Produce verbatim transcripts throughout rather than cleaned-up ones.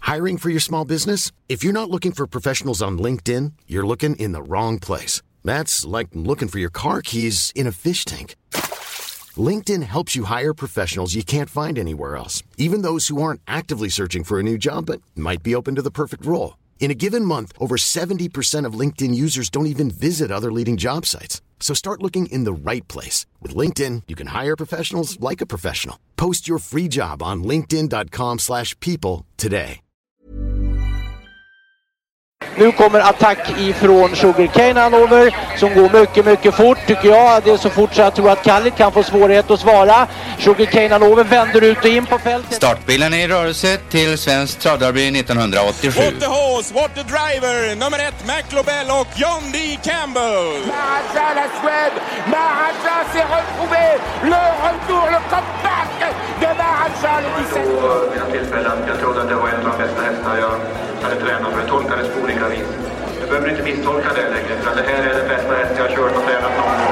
Hiring for your small business? If you're not looking for professionals on LinkedIn, you're looking in the wrong place. That's like looking for your car keys in a fish tank. LinkedIn helps you hire professionals you can't find anywhere else, even those who aren't actively searching for a new job but might be open to the perfect role. In a given month, over seventy percent of LinkedIn users don't even visit other leading job sites. So start looking in the right place. With LinkedIn, you can hire professionals like a professional. Post your free job on linkedin dot com slash people today. Nu kommer attack ifrån Sugarcane Hanover som går mycket, mycket fort tycker jag. Det är så fort så jag tror att Kallit kan få svårighet att svara. Sugarcane Hanover vänder ut och in på fältet. Startbilen är i rörelse till Svensk Travderby nittonhundraåttiosju. What the horse, what the driver, nummer ett McLobel och John D. Campbell. Maharaja la Suède, Maharaja s'est retrouvé, le retour, le comeback de Maharaja le dix-sept. Vid mina tillfällen, jag trodde att det var en av de bästa hästar jag hade tränat för. Jag tolkade det på olika vis. Du behöver inte misstolka det längre, för det här är det bästa häst jag har kört och tränat någon gång.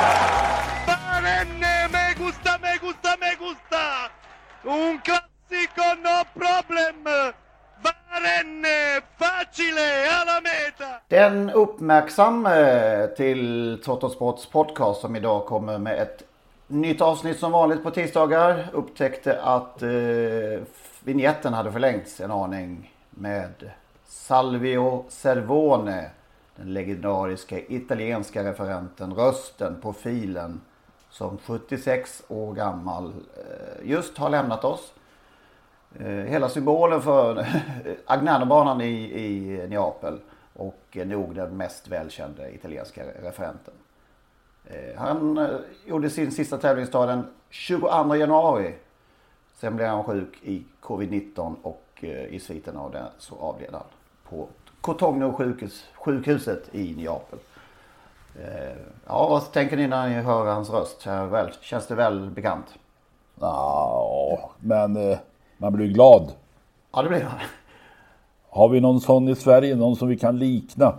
Varenne, me gusta, me gusta, me gusta! Un classico, no problem! Varenne, facile, alla meta! Den uppmärksamme till Trottosports podcast som idag kommer med ett nytt avsnitt som vanligt på tisdagar upptäckte att eh, vignetten hade förlängts en aning med Salvio Cervone, den legendariska italienska referenten, rösten, profilen som sjuttiosex år gammal just har lämnat oss. Hela symbolen för Agnano-banan i, i Neapel och nog den mest välkända italienska referenten. Han gjorde sin sista tävlingsdag den tjugoandra januari. Sen blev han sjuk i covid nitton och i sviten av det så avled han på Cotogno sjukhus, sjukhuset i Neapel. Ja, vad tänker ni när ni hör hans röst? Känns det väl bekant? Ja, men man blir glad. Ja, det blir man. Har vi någon sån i Sverige, någon som vi kan likna?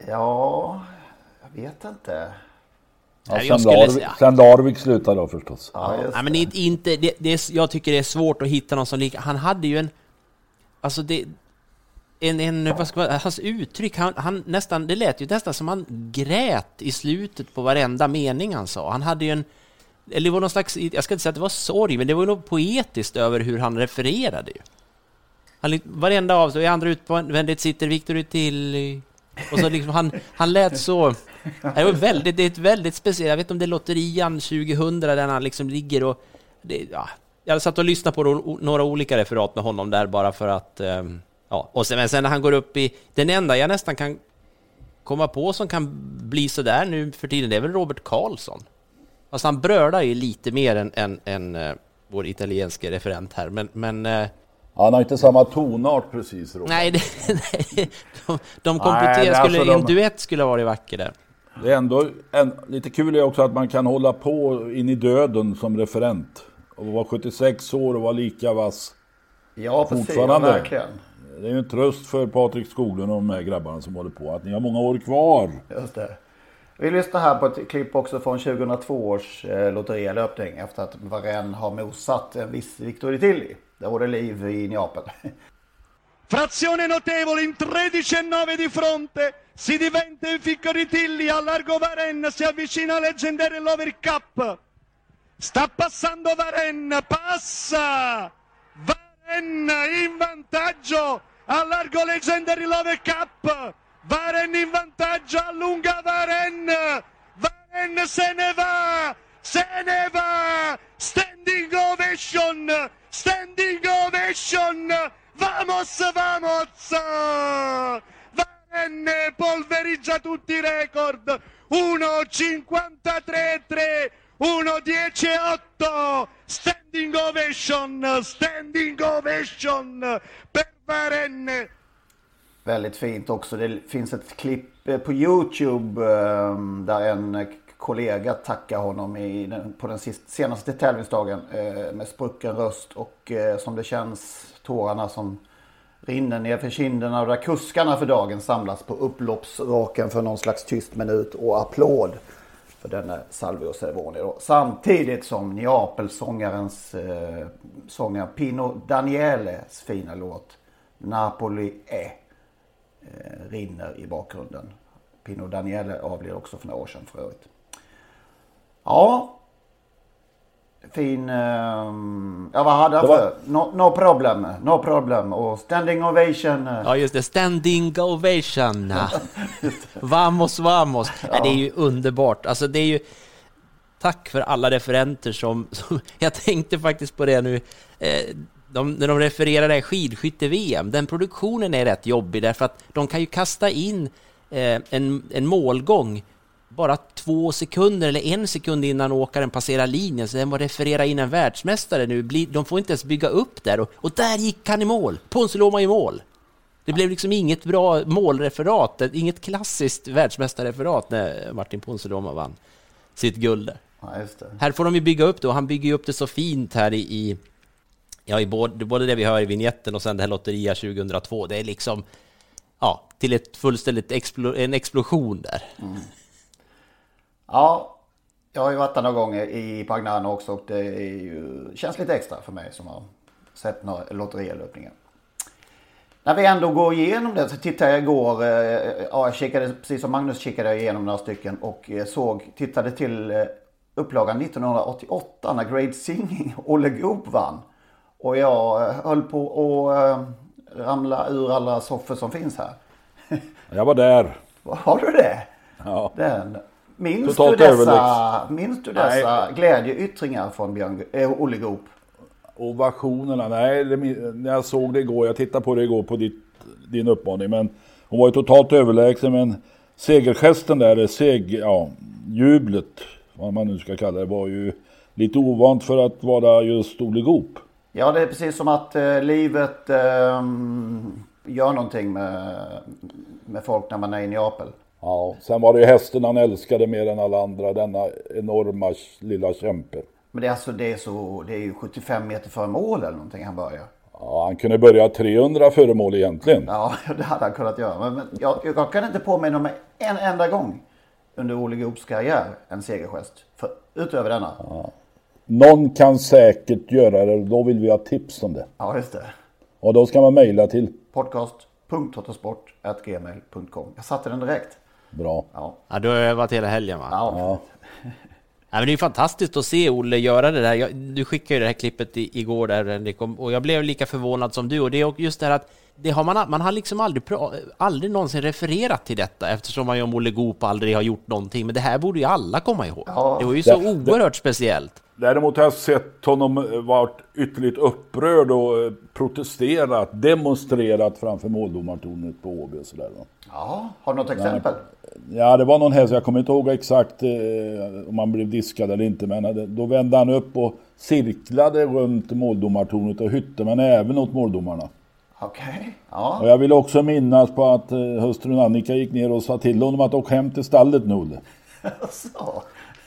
Ja, jag vet inte. Ja, sen, skulle... Larvik, sen Larvik slutar då förstås. Ja, ja, men inte, inte det, det är, jag tycker det är svårt att hitta någon som lika. Han hade ju en alltså det en, en vad ska man, hans uttryck han, han nästan det lät ju nästan som han grät i slutet på varenda mening han sa. Han hade ju en eller det var någon slags, jag ska inte säga att det var sorg, men det var ju något poetiskt över hur han refererade ju. Han varenda av så i andra utvändigt sitter Victor ut till och så liksom han han lät så det var väldigt det är ett väldigt speciellt. Jag vet inte om det är lotterian tjugohundra där han liksom ligger och det, ja, jag satt och lyssnade på några olika referat med honom där bara för att um, ja, och sen, men sen när han går upp i den enda jag nästan kan komma på som kan bli så där nu för tiden, det är väl Robert Karlsson. Alltså han brölar ju lite mer än, än, än uh, vår italienska referent här, men, men uh, han har inte samma tonart precis, Robert. Nej, det, nej de, de kompletterar, skulle alltså en de... duett skulle ha varit vacker där. Det är ändå en, lite kul är också att man kan hålla på in i döden som referent. Och vara sjuttiosex år och vara lika vass. Ja, precis. Ja, verkligen. Det är ju en tröst för Patrik Skoglund och de här grabbarna som håller på. Att ni har många år kvar. Just det. Vi lyssnar här på ett klipp också från tjugohundratvå års eh, lotterilöpning. Efter att Varenne har mosat en viss Victor Tilly. Där var det liv i Neapel. Frazione notevole in tre diciannove di fronte, si diventa il ficco di Tilly, a largo Varenne, si avvicina Legendary Lover Cup, sta passando Varenne, passa, Varenne in vantaggio, a largo Legendary Lover Cup, Varenne in vantaggio, allunga Varenne, Varenne se ne va, se ne va, standing ovation, standing ovation, vamos, vamos! Varenne polverizza tutti i record. uno cinquantatré tre, uno dieci otto. Standing ovation, standing ovation per Varenne. Väldigt fint också. Det finns ett klipp på YouTube där en kollega tackar honom i den, på den sist, senaste tävlingsdagen eh, med sprucken röst och eh, som det känns tårarna som rinner ner för kinderna och där kuskarna för dagen samlas på upploppsraken för någon slags tyst minut och applåd för denna Salvio Cervone då. Samtidigt som Neapelsångarens eh, sångare Pino Danieles fina låt Napoli är eh, rinner i bakgrunden. Pino Daniele avled också för några år sedan för övrigt. Ja. Fin... Um, ja, vad hade han för? No, no problem. No problem. Och standing ovation. Uh. Ja, just det. Standing ovation. Vamos, vamos. Ja. Nej, det är ju underbart. Alltså, det är ju... Tack för alla referenter som... som jag tänkte faktiskt på det nu. Eh, de, när de refererar det här skidskytte-V M. Den produktionen är rätt jobbig därför att de kan ju kasta in eh, en, en målgång bara två sekunder eller en sekund innan åkaren passerar linjen, så den var referera in en världsmästare nu. De får inte ens bygga upp där. Och, och där gick han i mål. Ponsiloma i mål. Det blev liksom inget bra målreferat, inget klassiskt världsmästarreferat när Martin Ponsiloma vann sitt guld där. Ja, just det. Här får de ju bygga upp det, och han bygger upp det så fint här i, i ja, i både, både det vi hör i vignetten och sen det här Lotteria tjugohundratvå. Det är liksom ja, till ett fullständigt explo, en explosion där. Mm. Ja, jag har ju varit där några gånger i Pagnano också, och det är ju, känns lite extra för mig som har sett några lotterilöpningar. När vi ändå går igenom det så tittade jag igår, ja, jag kikade, precis som Magnus kikade jag igenom några stycken och såg, tittade till upplagan nittonhundraåttioåtta när Great Singing Olle Goop vann. Och jag höll på att ramla ur alla soffor som finns här. Jag var där. Har du det? Ja. Den. Minns du dessa, minns du dessa nej. glädjeyttringar från Björn, äh, Olle Goop? Ovationerna, nej, det, när jag såg det igår, jag tittade på det igår på ditt, din uppmaning, men hon var ju totalt överlägsen, men segergesten där, seg, ja, jublet, vad man nu ska kalla det, var ju lite ovant för att vara just Olle Goop. Ja, det är precis som att eh, livet eh, gör någonting med, med folk när man är i Neapel. Ja, sen var det ju hästen han älskade mer än alla andra, denna enorma lilla kämpe. Men det är, alltså, det är, så, det är ju sjuttiofem meter före mål eller någonting han börjar. Ja, han kunde börja trehundra före mål egentligen. Ja, det hade han kunnat göra. Men, men jag, jag kan inte påminna om en enda gång under Olle Goops karriär en segergest. För, utöver denna. Ja. Någon kan säkert göra det, då vill vi ha tips om det. Ja, just det. Och då ska man mejla till podcast punkt totosport at gmail punkt com. Jag satte den direkt. Bra. Ja, ja, du har övat hela helgen, va? Ja. Ja. Ja, men det är ju fantastiskt att se Olle göra det där. Jag, du skickade ju det här klippet i, igår där, och jag blev lika förvånad som du. Och det är just det här att det har man, man har liksom aldrig, aldrig någonsin refererat till detta, eftersom man ju om Olle Goop aldrig har gjort någonting. Men det här borde ju alla komma ihåg. Ja, det var ju så det, oerhört det, speciellt. Däremot har jag sett honom varit ytterligt upprörd och protesterat, demonstrerat framför måldomartornet på Å B och sådär. Ja, har du något exempel? Ja, det var någon här, så jag kommer inte ihåg exakt eh, om man blev diskad eller inte, men då vände han upp och cirklade runt måldomartornet och hytte, men även åt måldomarna. Okej, okay. Ja. Och jag vill också minnas på att eh, hustrun Annika gick ner och sa till honom att åka hem till stallet nu, Olle. Så.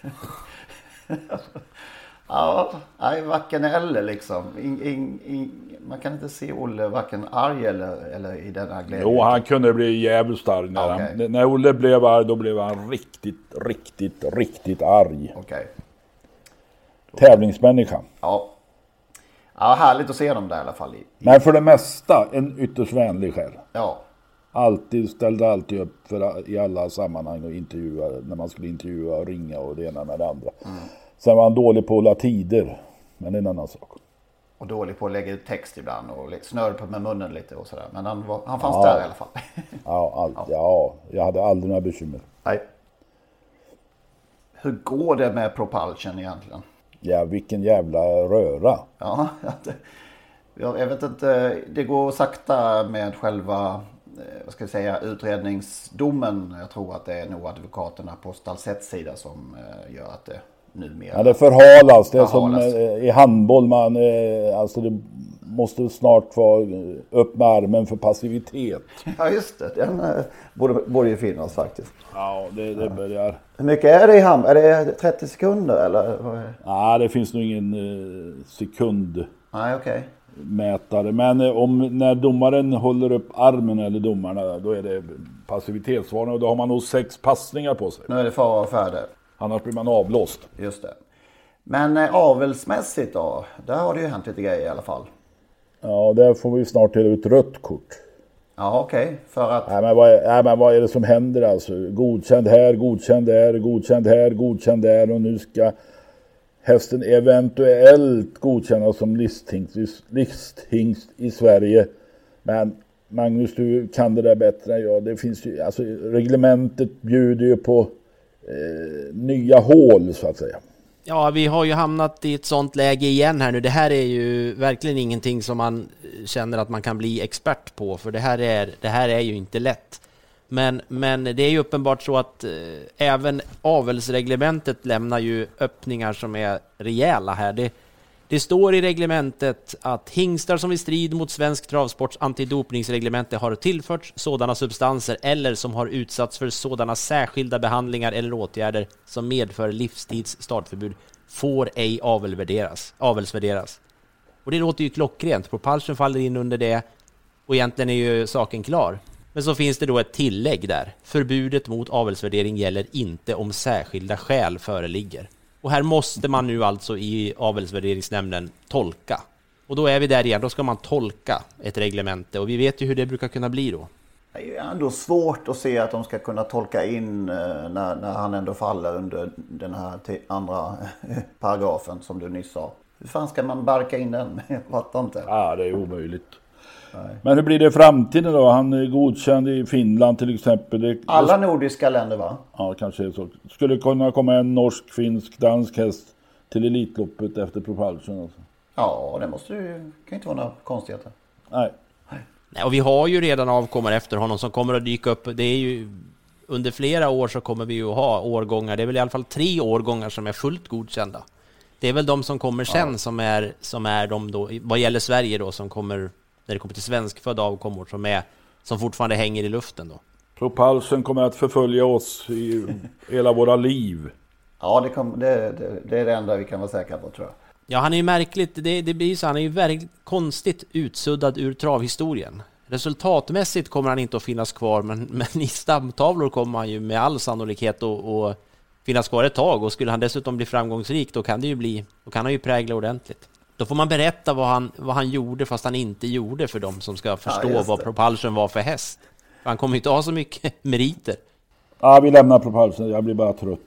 Ja, nej, varken eller liksom. In, in, in, man kan inte se Olle varken arg eller, eller i denna glädje. Jo, han kunde bli jävligt arg. När, okay. han, när Olle blev arg, då blev han riktigt, riktigt, riktigt arg. Okay. Tävlingsmänniska. Ja. Ja, härligt att se dem där i alla fall. Men för det mesta en ytterst vänlig själ. Ja. Alltid ställde alltid upp för, i alla sammanhang och intervjua, när man skulle intervjua och ringa och det ena med det andra. Mm. Sen var han dålig på att hålla tider, men det är en annan sak. Och dålig på att lägga ut text ibland och snör på med munnen lite och sådär. Men han, var, han fanns ja. där i alla fall. ja, all, ja. ja, jag hade aldrig några bekymmer. Nej. Hur går det med propulsion egentligen? Ja, vilken jävla röra. Ja, jag vet inte. Det går sakta med själva, vad ska jag säga, utredningsdomen. Jag tror att det är nog advokaterna på Stalsetts sida som gör att det numera... Ja, det förhalas. Det är förhalas. som i handboll. Man, alltså det måste snart vara upp med armen för passivitet. Ja, just det. Den borde, borde ju finnas faktiskt. Ja, det, det börjar... Hur mycket är det i hand? Är det trettio sekunder eller? Nej, det finns nog ingen eh, sekund. Nej, okej. Okay. Mätare. Men eh, om när domaren håller upp armen eller domarna, då är det passivitetsvarning och då har man nog sex passningar på sig. Nu är det fara och färde. Annars blir man avblåst. Just det. Men eh, avelsmässigt då, där har det ju hänt lite grejer i alla fall. Ja, där får vi snart till ut rött kort. Ja, okej. Okay. För att... Nej men, vad är, nej, men vad är det som händer alltså? Godkänd här, godkänd där, godkänd här, godkänd där. Och nu ska hästen eventuellt godkännas som listhingst, listhingst i Sverige. Men Magnus, du kan det där bättre än jag. Det finns ju, alltså, reglementet bjuder ju på eh, nya hål så att säga. Ja, vi har ju hamnat i ett sånt läge igen här nu. Det här är ju verkligen ingenting som man känner att man kan bli expert på, för det här är, det här är ju inte lätt. Men, men det är ju uppenbart så att eh, även avelsreglementet lämnar ju öppningar som är rejäla här. Det, det står i reglementet att hingstar som i strid mot svensk travsports antidopningsreglemente har tillförts sådana substanser eller som har utsatts för sådana särskilda behandlingar eller åtgärder som medför livstids startförbud får ej avelsvärderas. avelsvärderas. Och det låter ju klockrent. Propulsion faller in under det och egentligen är ju saken klar. Men så finns det då ett tillägg där. Förbudet mot avelsvärdering gäller inte om särskilda skäl föreligger. Och här måste man nu alltså i avelsvärderingsnämnden tolka. Och då är vi där igen, då ska man tolka ett reglemente. Och vi vet ju hur det brukar kunna bli då. Det är ju ändå svårt att se att de ska kunna tolka in när, när han ändå faller under den här andra paragrafen som du nyss sa. Hur fan ska man barka in den? Jag fattar inte. Ja, det är omöjligt. Nej. Men hur blir det i framtiden då? Han är godkänd i Finland till exempel. Det... Alla nordiska länder va? Ja, kanske är så. Skulle kunna komma en norsk, finsk, dansk häst till Elitloppet efter Propulsion alltså. Ja, det måste ju, kan inte vara några konstigheter. Nej. Nej. Och vi har ju redan avkommor efter honom som kommer att dyka upp. Det är ju under flera år så kommer vi ju ha årgångar. Det är väl i alla fall tre årgångar som är fullt godkända. Det är väl de som kommer sen ja. som är som är de då vad gäller Sverige då som kommer när det kommer till svenskfödda avkommor som är som fortfarande hänger i luften då. Propulsion kommer att förfölja oss i hela våra liv. Ja, det, kom, det, det, det är det enda vi kan vara säkra på tror jag. Ja, han är ju märkligt, det, det blir så, han är ju verkligen konstigt utsuddad ur travhistorien. Resultatmässigt kommer han inte att finnas kvar, men, men i stamtavlor kommer han ju med all sannolikhet att, att finnas kvar ett tag. Och skulle han dessutom bli framgångsrik, då kan det ju bli, då kan han ju prägla ordentligt. Då får man berätta vad han, vad han gjorde fast han inte gjorde för dem som ska förstå ja, vad Propulsion var för häst. Han kommer ju inte ha så mycket meriter. Ja, vi lämnar Propulsion, jag blir bara trött.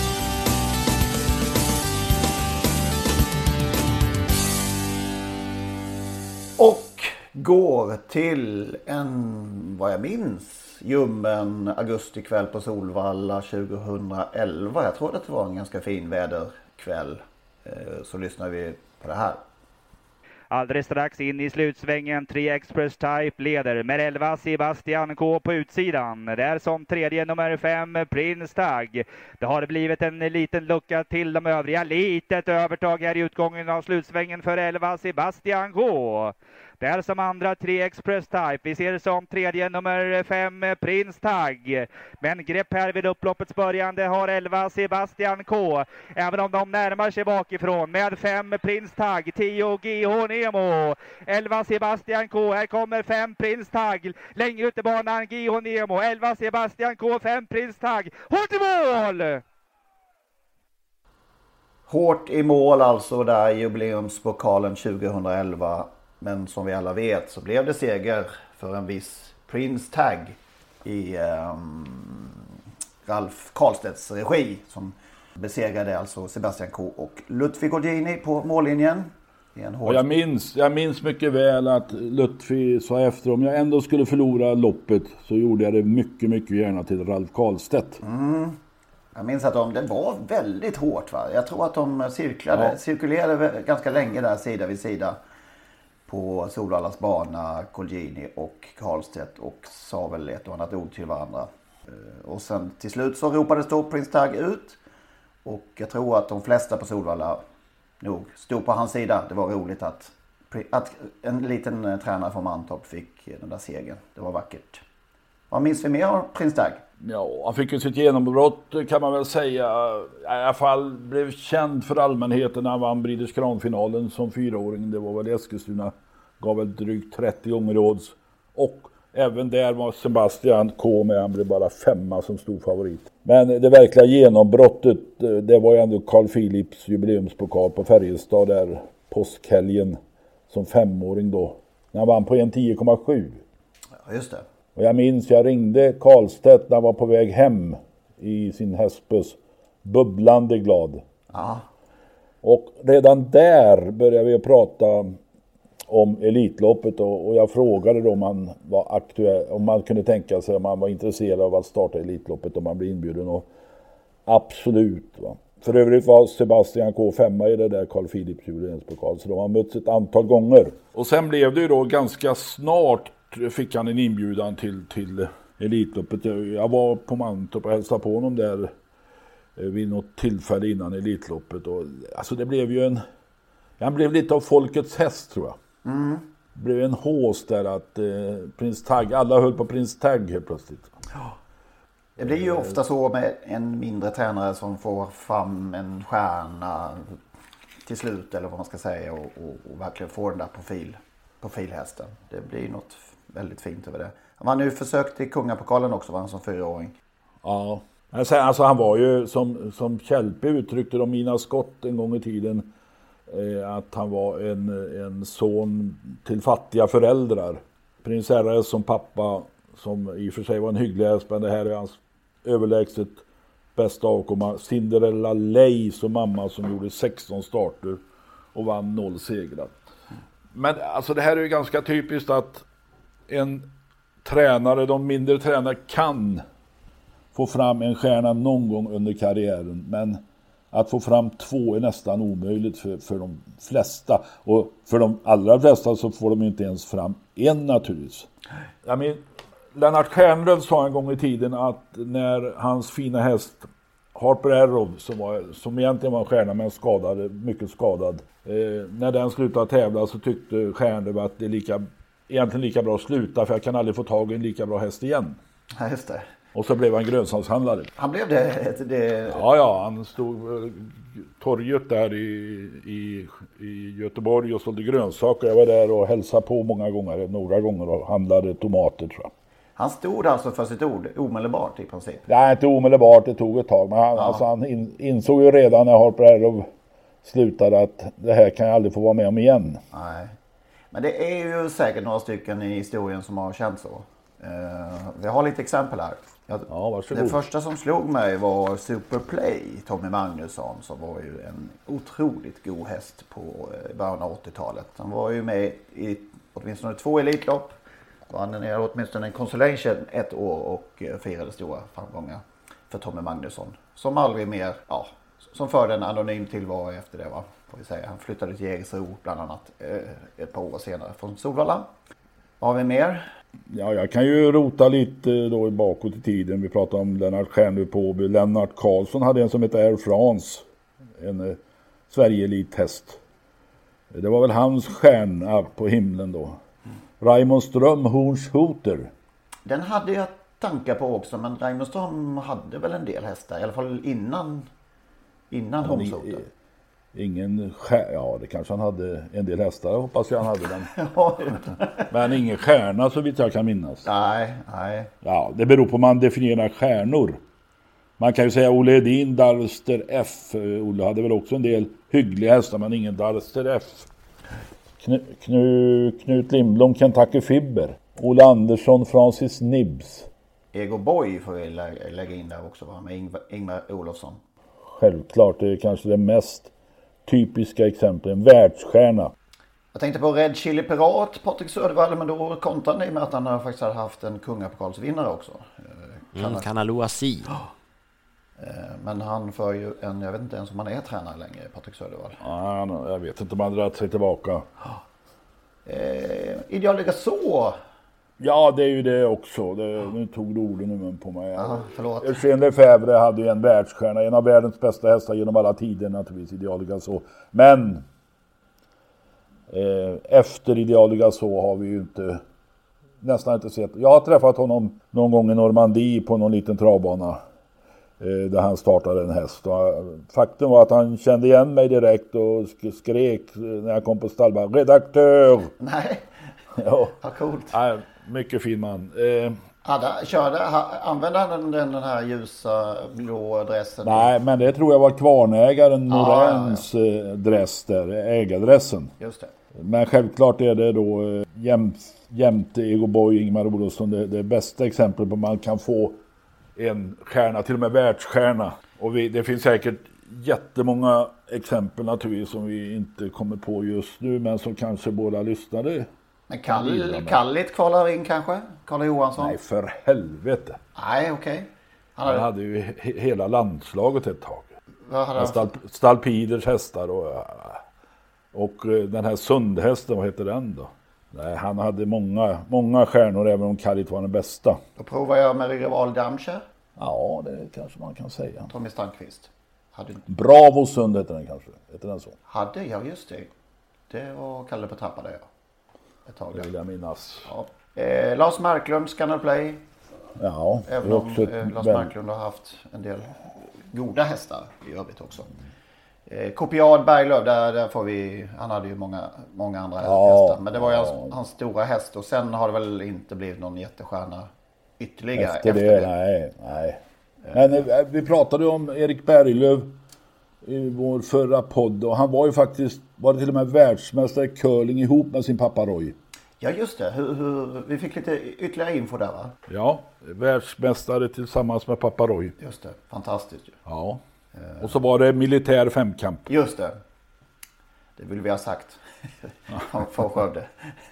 Och går till en, vad jag minns, ljummen augustikväll på Solvalla tjugohundraelva. Jag tror att det var en ganska fin väderkväll. Så lyssnar vi på det här. Alldeles strax in i slutsvängen, tre Express Type leder med elva Sebastian K på utsidan. Där som tredje nummer fem Prince Tag. Det har blivit en liten lucka till de övriga. Litet övertag här i utgången av slutsvängen för elva Sebastian K. Där som andra tre Express Type. Vi ser som tredje nummer fem Prince Tag. Men grepp här vid upploppets början det har elva Sebastian K. Även om de närmar sig bakifrån med fem Prince Tag. tio G H Nemo. elva Sebastian K. Här kommer fem Prince Tag. Längre ut i banan G H Nemo. elva Sebastian K. fem Prince Tag. Hårt i mål! Hårt i mål alltså där i jubileumspokalen tjugohundraelva. Men som vi alla vet så blev det seger för en viss Prince Tag i um, Ralf Karlstedts regi som besegrade alltså Sebastian K och Lutfi Gorgini på mållinjen. En hård... Och jag minns, jag minns mycket väl att Lutfi sa efter om jag ändå skulle förlora loppet så gjorde jag det mycket, mycket gärna till Ralf Karlstedt. Mm. Jag minns att de, det var väldigt hårt va? Jag tror att de cirklade, ja. cirkulerade ganska länge där sida vid sida. På Solvallas bana, Colgjini och Karlstedt och sa väl ett och annat ord till varandra. Och sen till slut så ropades då Prince Tag ut. Och jag tror att de flesta på Solvalla nog stod på hans sida. Det var roligt att, att en liten tränare från Mantorp fick den där segern. Det var vackert. Vad minns vi mer av Prince Tag? Ja, han fick ju sitt genombrott kan man väl säga. I alla fall blev känd för allmänheten när han vann Breeders Crown-finalen som fyraåring. Det var väl Eskilstuna. Gav väl drygt trettio gånger odds. Och även där var Sebastian K med. Han blev bara femma som stor favorit. Men det verkliga genombrottet det var ju ändå Carl Philips jubileumspokal på Färjestad där påskhelgen som femåring då. När han vann på en tio komma sju. Ja, just det. Och jag minns, jag ringde Karlstedt när han var på väg hem i sin hästbuss. Bubblande glad. Ja. Och redan där började vi prata om Elitloppet och, och jag frågade då om han var aktuell, om man kunde tänka sig om han var intresserad av att starta Elitloppet om man blev inbjuden. Och absolut, va. För övrigt var Sebastian K femma i det där Carl Philips jubileumspokal, så de har mötts ett antal gånger. Och sen blev det ju då ganska snart fick han en inbjudan till, till Elitloppet. Jag var på Mantorp och hälsade på honom där vid något tillfälle innan Elitloppet. Och, alltså det blev ju en... Han blev lite av folkets häst, tror jag. Mm. Det blev en hås där att eh, Prins Tagg, alla höll på Prins Tagg helt plötsligt. Ja. Det blir ju ofta så med en mindre tränare som får fram en stjärna till slut, eller vad man ska säga, och, och, och verkligen får den där profil, profilhästen. Det blir något väldigt fint över det. Han var nu försökt i Kungapokalen också, var han som fyraåring. Ja, alltså han var ju som, som Kjellpe uttryckte de mina skott en gång i tiden, eh, att han var en, en son till fattiga föräldrar. Prins R S som pappa, som i och för sig var en hygglig häst, men det här är hans överlägset bästa avkomma. Cinderella Ley som mamma som gjorde sexton starter och vann noll segrar. Men alltså det här är ju ganska typiskt att en tränare, de mindre tränare kan få fram en stjärna någon gång under karriären, men att få fram två är nästan omöjligt för, för de flesta, och för de allra flesta så får de inte ens fram en naturligtvis. Jag men, Lennart Stjärnlöf sa en gång i tiden att när hans fina häst Harper Arrow, som, var, som egentligen var en stjärna men skadad, mycket skadad, eh, när den slutade tävla så tyckte Stjärnlöf att det är lika, egentligen lika bra att sluta, för jag kan aldrig få tag i en lika bra häst igen. Ja, just det. Och så blev han grönsakshandlare. Han blev det, det... Ja, ja, han stod torget där i, i, i Göteborg och sålde grönsaker. Jag var där och hälsade på många gånger, några gånger, och handlade tomater, tror jag. Han stod alltså för sitt ord omedelbart i princip? Nej, inte omedelbart, det tog ett tag. Men han, ja. alltså, han in, insåg ju redan när Harper Arrow slutade att det här kan jag aldrig få vara med om igen. Nej, men det är ju säkert några stycken i historien som har känt så. Uh, vi har lite exempel här. Jag, ja, varsågod. Det första som slog mig var Superplay, Tommy Magnusson, som var ju en otroligt god häst på början av åttiotalet. Han var ju med i åtminstone två elitlopp. Han är åtminstone en consolation ett år och firade stora framgångar för Tommy Magnusson. Som aldrig mer, ja, som förde en anonym tillvaro efter det, va, får vi säga. Han flyttade till Jägersro bland annat eh, ett par år senare från Solvalla. Vad har vi mer? Ja, jag kan ju rota lite då bakåt i tiden. Vi pratade om Lennart Stjärnlöf på Åby. Lennart Karlsson hade en som heter Air France. En eh, Sverige-elithäst. Det var väl hans stjärna på himlen då. Raymond Ström, Hornshooter. Den hade jag tankar på också, men Raymond Ström hade väl en del hästar, i alla fall innan, innan Hornshooter. Ingen stjärna, ja det kanske han hade en del hästar, hoppas jag han hade den. Men ingen stjärna så vitt jag kan minnas. Nej, nej. Ja, det beror på hur man definierar stjärnor. Man kan ju säga Olle Edin, Darster F. Olle hade väl också en del hyggliga hästar, men ingen Darster F. Knu, Knu, Knut Lindblom, Kentucky Fibber. Olle Andersson, Francis Nibbs. Ego Boy får vi lä lägga in där också, va? Med Ingvar, Ingvar Olofsson. Självklart, det är kanske det mest typiska exemplet. En världsstjärna. Jag tänkte på Red Chili Pirat, Patrik Södervall, men då kontrade ni med att han har faktiskt hade haft en kungapokalsvinnare också. Mm, Kanalou Assi. Men han för ju en, jag vet inte ens om han är tränare längre, Patrik Södervall. Ja, jag vet inte om han dragit sig tillbaka. Eh, Idealiga så. Ja, det är ju det också. Det, nu tog du orden i mun på mig. Aha, förlåt. Eugène Lefebvre hade ju en världsstjärna. En av världens bästa hästar genom alla tider naturligtvis. Idealiga så. Men eh, efter Idealiga så har vi ju inte nästan inte sett. Jag har träffat honom någon gång i Normandie på någon liten travbana. Där han startade en häst. Och faktum var att han kände igen mig direkt och skrek när jag kom på stallbanan. Redaktör! Nej, ja. vad coolt. Nej, mycket fin man. Eh, Hade, körde, ha, använde han den, den här ljusa blå dressen? Nej, men det tror jag var kvarnägaren Noréns ja, ja, ja. dress där, ägardressen. Just det. Men självklart är det då eh, jämt, jämte Ego Boy, Ingemar Olofsson, det, det bästa exemplet på man kan få en stjärna, till och med världsstjärna. Och vi, det finns säkert jättemånga exempel naturligtvis som vi inte kommer på just nu, men som kanske båda lyssnade. Men Kall, Kallit kvalar in kanske? Karl Johansson? Nej, för helvete. Nej, okej. Okay. Han, han hade ju he- hela landslaget ett tag. Vad hade han? Stal, Stalpiders hästar och, och den här Sundhästen, vad heter den då? Nej, han hade många, många stjärnor även om Kallit var den bästa. Då provar jag med rival Damscher. Ja, det kanske man kan säga. Tommy Stanqvist. Hade... Bravo Sund heter den kanske. Heter den så? Hade, ja just det. Det var Kalle på trappa där, ja. Ett tag där. Det vill jag minnas. Ja. Eh, Lars Marklund, Scandal Play. Ja, även om eh, Lars väl... Marklund har haft en del goda hästar i övrigt också. Eh, Kopiad Berglöf, där, där får vi, han hade ju många, många andra ja, hästar. Men det var ju ja. hans, hans stora häst och sen har det väl inte blivit någon jättestjärna ytterligare. Efter, efter det, det, nej, nej. Men vi pratade om Erik Berglöf i vår förra podd och han var ju faktiskt, var det till och med världsmästare i curling ihop med sin pappa Roy. Ja just det, hur, hur, vi fick lite ytterligare info där va? Ja, världsmästare tillsammans med pappa Roy. Just det, fantastiskt ju. Ja, uh. och så var det militär femkamp. Just det, det vill vi ha sagt för Skövde.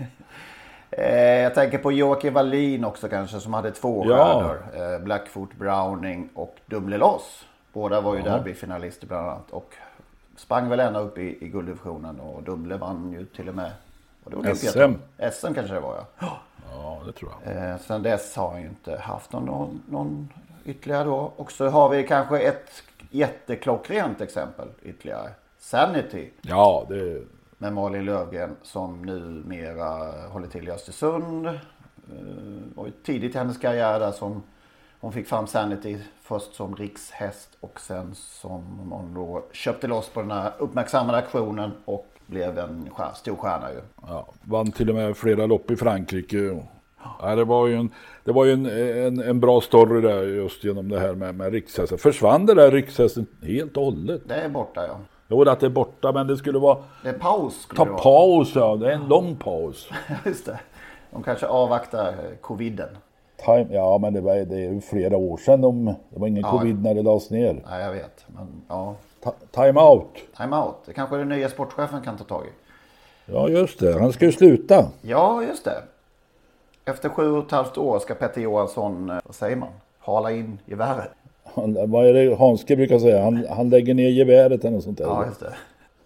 eh, jag tänker på Joakim Wallin också kanske som hade två ja. stjärnor. Eh, Blackfoot Browning och Dumle Loss. Båda var ju ja. derbyfinalister bland annat och sprang väl ända upp i, i gulddivisionen och Dumle vann ju till och med S M. S M kanske det var ja. Ja, det tror jag. Eh, sen dess har han ju inte haft någon, någon, någon ytterligare då. Och så har vi kanske ett jätteklockrent exempel ytterligare. Sanity. Ja, det... Med Malin Lövgren som numera håller till i Östersund. Eh, var ju tidigt i hennes karriär där som hon fick fram Sanity först som rikshäst och sen som hon då köpte loss på den här uppmärksammade aktionen och blev en stjär, stor stjärna ju. Ja, vann till och med flera lopp i Frankrike. Ja, det var ju en, det var ju en, en, en bra story där just genom det här med, med rikshästen. Försvann det där rikshästen helt och hållet? Det är borta ja. Jo, att det är borta men det skulle vara... Det är paus skulle ta det vara. paus ja, det är en lång paus. Just det. De kanske avvaktar coviden. Time, ja men det var det är ju flera år sedan de, det var ingen ja, covid när det lades ner. Nej jag vet. Men, ja. Ta, time out. Time out. Det kanske den nya sportchefen kan ta tag i. Ja just det, han ska ju sluta. Ja just det. Efter sju och ett halvt år ska Petter Johansson, vad säger man, hala in geväret. Han, vad är det Hanske brukar säga? Han, han lägger ner geväret eller något sånt där. Ja just det.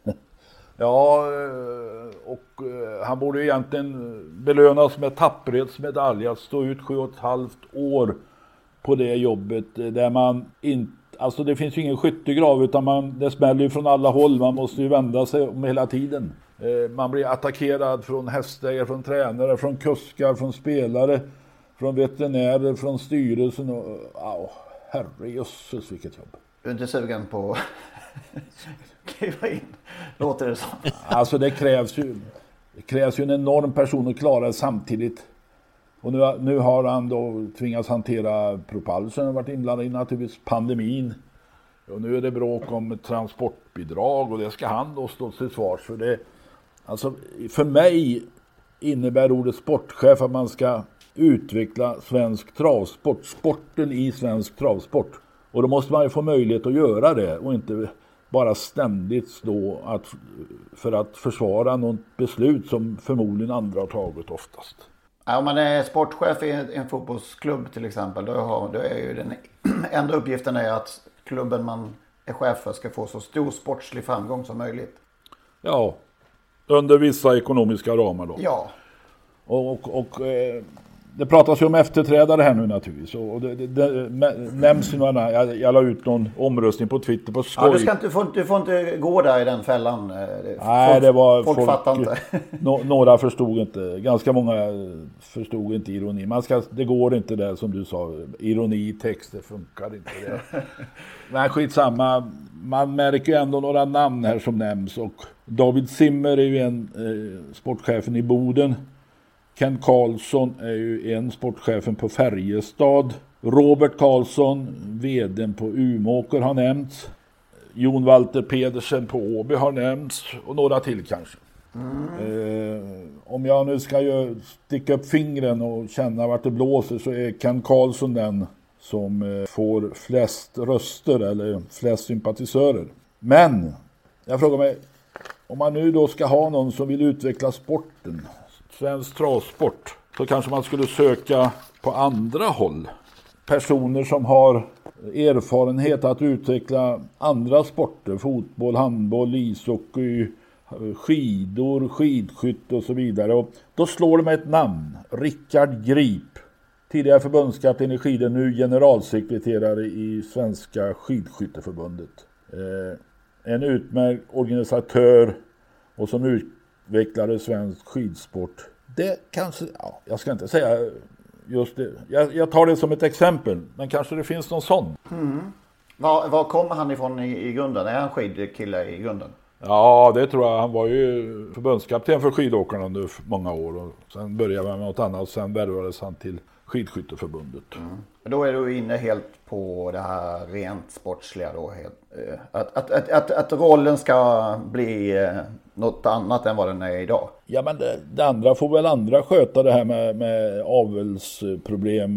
Ja, och han borde ju egentligen belönas med tapperhetsmedalj att stå ut sju och ett halvt år på det jobbet där man inte, alltså det finns ju ingen skyttegrav utan man, det smäller ju från alla håll, man måste ju vända sig om hela tiden. Man blir attackerad från hästägare, från tränare, från kuskar, från spelare, från veterinärer, från styrelsen och, oh, herrejösses vilket jobb. Du är inte sugen på kliva in, låter det så. Alltså det krävs ju det krävs ju en enorm person att klara det samtidigt. Och nu, nu har han då tvingats hantera propulsen och varit inblandad i naturligtvis pandemin. Och nu är det bråk om transportbidrag och det ska han då stå till svars för det. Alltså för mig innebär ordet sportchef att man ska utveckla svensk travsport, sporten i svensk travsport. Och då måste man ju få möjlighet att göra det och inte bara ständigt stå att, för att försvara något beslut som förmodligen andra har tagit oftast. Ja, om man är sportchef i en fotbollsklubb till exempel, då, har, då är ju den enda uppgiften är att klubben man är chef för ska få så stor sportslig framgång som möjligt. Ja, under vissa ekonomiska ramar då. Ja. Och, och, och eh, det pratas ju om efterträdare här nu naturligtvis. Och det, det, det nämns ju några, jag, jag la ut någon omröstning på Twitter på skoj. Ja, du, ska inte, du, får, du får inte gå där i den fällan. Nej, folk, det var folk, folk fattar inte. no, några förstod inte. Ganska många förstod inte ironi. Man ska, det går inte där som du sa. Ironi i text, det funkar inte. Det. Men skitsamma. Man märker ju ändå några namn här som nämns. Och David Zimmer är ju en eh, sportchefen i Boden. Ken Karlsson är ju en, sportchefen på Färjestad. Robert Karlsson, vdn på Umeåker, har nämnts. Jon Walter Pedersen på Åby har nämnts. Och några till kanske. Mm. Eh, om jag nu ska ju sticka upp fingren och känna vart det blåser, så är Ken Karlsson den som eh, får flest röster eller flest sympatisörer. Men jag frågar mig, om man nu då ska ha någon som vill utveckla sporten, svensk travsport, så kanske man skulle söka på andra håll. Personer som har erfarenhet att utveckla andra sporter, fotboll, handboll, ishockey, skidor, skidskytte och så vidare. Och då slår det med ett namn, Rickard Grip. Tidigare förbundskapten i skidor, nu generalsekreterare i Svenska skidskytteförbundet. Eh, en utmärkt organisatör och som utvecklade svensk skidsport. Det kanske, ja, jag ska inte säga just det. Jag, jag tar det som ett exempel, men kanske det finns någon sån. Mm. Var, var kommer han ifrån i, i grunden? Är han skidkille i grunden? Ja, det tror jag. Han var ju förbundskapten för skidåkarna under många år. Och sen började han med något annat och sen värvades han till Skidskytteförbundet. Mm. Då är du inne helt på det här rent sportsliga då. Helt, att, att, att, att, att rollen ska bli något annat än vad den är idag. Ja, men det, det andra får väl andra sköta, det här med, med avelsproblem,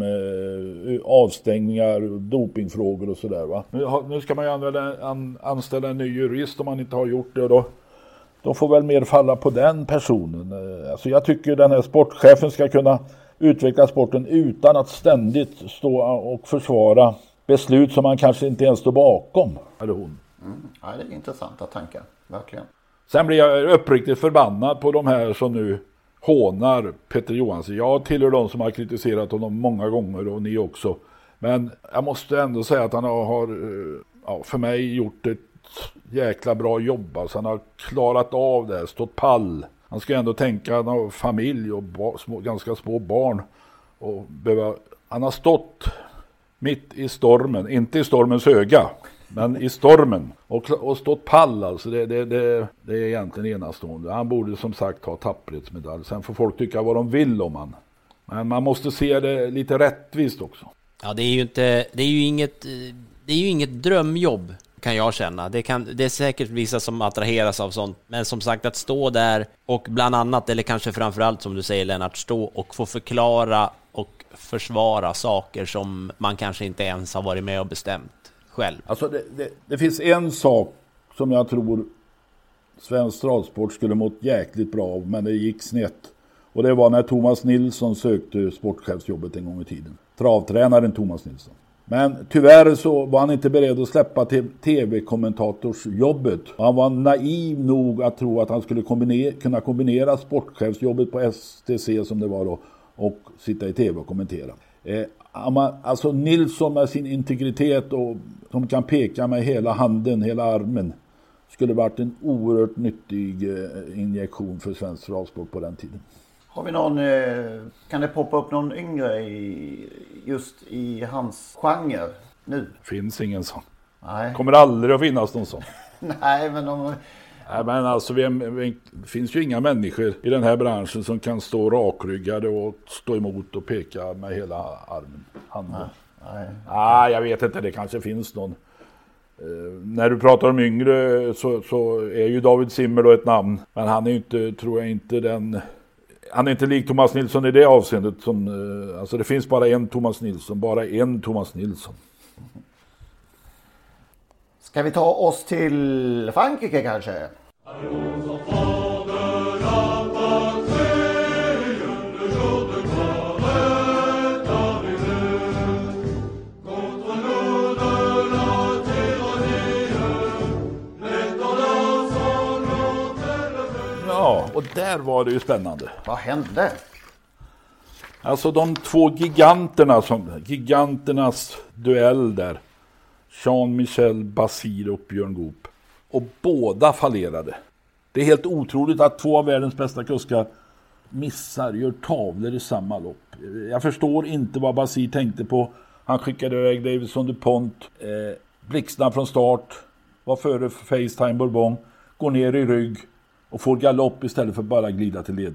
avstängningar, dopingfrågor och sådär, va. Nu, nu ska man ju använda, an, anställa en ny jurist om man inte har gjort det, och då, då får väl mer falla på den personen. Alltså jag tycker den här sportchefen ska kunna utveckla sporten utan att ständigt stå och försvara beslut som man kanske inte ens står bakom, eller hon. Mm. Ja, det är intressanta tankar, verkligen. Sen blir jag uppriktigt förbannad på de här som nu hånar Peter Johansson. Jag tillhör de som har kritiserat honom många gånger, och ni också. Men jag måste ändå säga att han har, ja, för mig, gjort ett jäkla bra jobb. Alltså han har klarat av det, stått pall. Han ska ändå tänka, han har familj och ba, små, ganska små barn. Och behöva, han har stått mitt i stormen, inte i stormens öga, men i stormen. Och, och stått pall, alltså det, det, det, det är egentligen enastående. Han borde som sagt ha tapperhetsmedalj. Sen får folk tycka vad de vill om han. Men man måste se det lite rättvist också. Ja, det är ju inte, det är ju inget, det är ju inget drömjobb, kan jag känna. Det, kan, det är säkert vissa som attraheras av sånt. Men som sagt, att stå där och bland annat, eller kanske framförallt som du säger Lennart, stå och få förklara och försvara saker som man kanske inte ens har varit med och bestämt själv. Alltså det, det, det finns en sak som jag tror svensk travsport skulle mått jäkligt bra av, men det gick snett. Och det var när Thomas Nilsson sökte sportchefsjobbet en gång i tiden. Travtränaren Thomas Nilsson. Men tyvärr så var han inte beredd att släppa tv-kommentatorsjobbet. Han var naiv nog att tro att han skulle kombinera, kunna kombinera sportchefsjobbet på S T C som det var då och sitta i tv och kommentera. Eh, alltså Nilsson med sin integritet och som kan peka med hela handen, hela armen, skulle varit en oerhört nyttig eh, injektion för svensk travsport på den tiden. Har vi någon, kan det poppa upp någon yngre i, just i hans genre nu? Finns ingen sån. Nej. Kommer aldrig att finnas någon sån. Nej, men om... Nej, men alltså vi, vi, det finns ju inga människor i den här branschen som kan stå rakryggade och stå emot och peka med hela armen. Handen. Nej. Nej, jag vet inte, det kanske finns någon. Uh, när du pratar om yngre så, så är ju David Zimmer då ett namn. Men han är ju inte, tror jag inte den... Han är inte lik Thomas Nilsson i det avseendet. Som, uh, alltså det finns bara en Thomas Nilsson, bara en Thomas Nilsson. Ska vi ta oss till Frankrike kanske? Ja, och där var det ju spännande. Vad hände? Alltså de två giganterna, som, giganternas duell där. Jean-Michel Basir och Björn Goop. Och båda fallerade. Det är helt otroligt att två av världens bästa kuskar missar, gör tavlor i samma lopp. Jag förstår inte vad Basir tänkte på. Han skickade iväg Davison DuPont. Eh, blixtnar från start. Var före Facetime Bourbon. Går ner i rygg. Och får galopp istället för bara glida till ledning.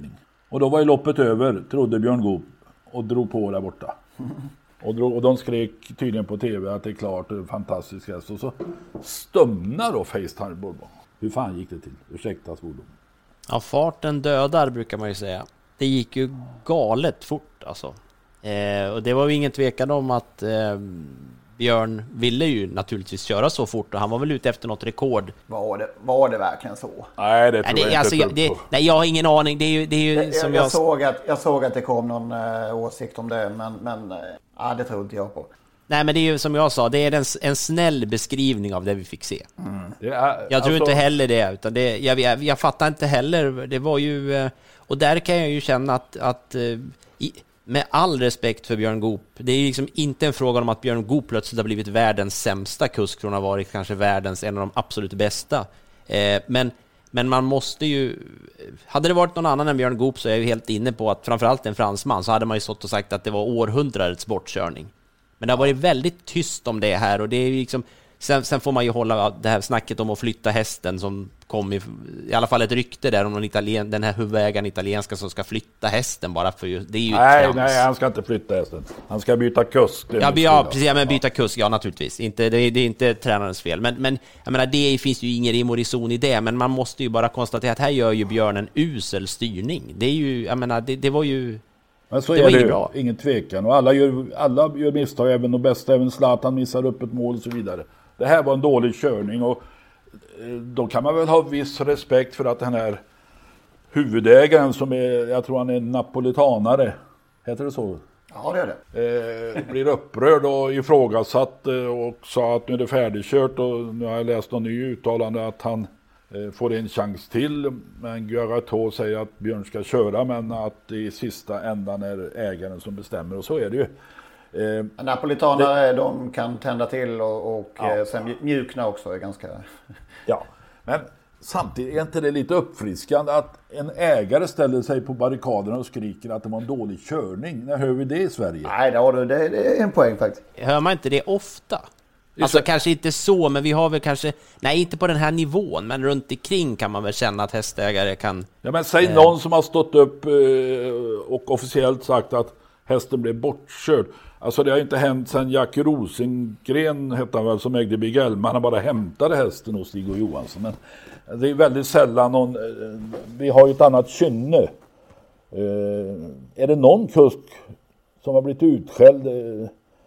Och då var ju loppet över, trodde Björn Goop, och drog på där borta. Och, drog, och de skrek tydligen på tv att det är klart, det är fantastiskt. Och så stumnar då Facetime Bourbon. Hur fan gick det till? Ursäkta svordom. Ja, farten dödar brukar man ju säga. Det gick ju galet fort alltså. Eh, och det var ju ingen tvekan om att eh, Björn ville ju naturligtvis köra så fort. Och han var väl ute efter något rekord. Var det, var det verkligen så? Nej, det tror nej, det, jag alltså, inte. Jag, det, nej, jag har ingen aning. Det är ju, det är ju jag, som jag, jag... Såg att, jag såg att det kom någon uh, åsikt om det. Men, men uh, ja, det tror inte jag på. Nej, men det är ju som jag sa, det är en, en snäll beskrivning av det vi fick se. Mm. Det är, jag tror alltså... inte heller det, utan det, jag, jag, jag fattar inte heller. Det var ju, och där kan jag ju känna att, att i, med all respekt för Björn Goop, det är liksom inte en fråga om att Björn Goop plötsligt har blivit världens sämsta kusk från att ha varit kanske världens en av de absolut bästa. Eh, men, men man måste ju, hade det varit någon annan än Björn Goop så är jag ju helt inne på att framförallt en fransman så hade man ju stått och sagt att det var århundradets sportkörning. Men det har varit väldigt tyst om det här och det är ju liksom, sen, sen får man ju hålla det här snacket om att flytta hästen som kom i, i alla fall ett rykte där om någon italien, den här huvudägaren italienska som ska flytta hästen bara för ju, det är ju nej, trams. nej, han ska inte flytta hästen. Han ska byta kusk. Ja, ja, precis, ja, men byta kusk, ja naturligtvis. Inte, det, är, det är inte tränarens fel. Men, men jag menar, det finns ju ingen rim och reson i det. Men man måste ju bara konstatera att här gör ju Björn en usel styrning. Det är ju, jag menar, det, det var ju... Men så det är var det ingen ju, bra. ingen tvekan. Och alla gör, alla gör misstag, även de bästa, även Zlatan missar upp ett mål och så vidare. Det här var en dålig körning och då kan man väl ha viss respekt för att den här huvudägaren som är, jag tror han är napolitanare, heter det så? Ja, det är det. Eh, blir upprörd och ifrågasatt och sa att nu är det färdigkört och nu har jag läst någon ny uttalande att han eh, får en chans till. Men Guarato säger att Björn ska köra men att i sista ändan är ägaren som bestämmer och så är det ju. Eh, Napolitanare det, de kan tända till och, och ja. sen mjukna också är ganska... Ja, men samtidigt är inte det lite uppfriskande att en ägare ställer sig på barrikaderna och skriker att det var en dålig körning. När hör vi det i Sverige? Nej, det, det, det är en poäng faktiskt. Hör man inte det ofta? Alltså så... kanske inte så, men vi har väl kanske... Nej, inte på den här nivån, men runt omkring kan man väl känna att hästägare kan... Ja, men säg eh... någon som har stått upp eh, och officiellt sagt att hästen blev bortkörd. Alltså det har inte hänt sedan Jack Rosengren hette han väl som ägde Big L. Man har bara hämtade hästen hos Stig och Johansson. Men det är väldigt sällan någon... Vi har ju ett annat kynne. Eh, är det någon kusk som har blivit utskälld eh,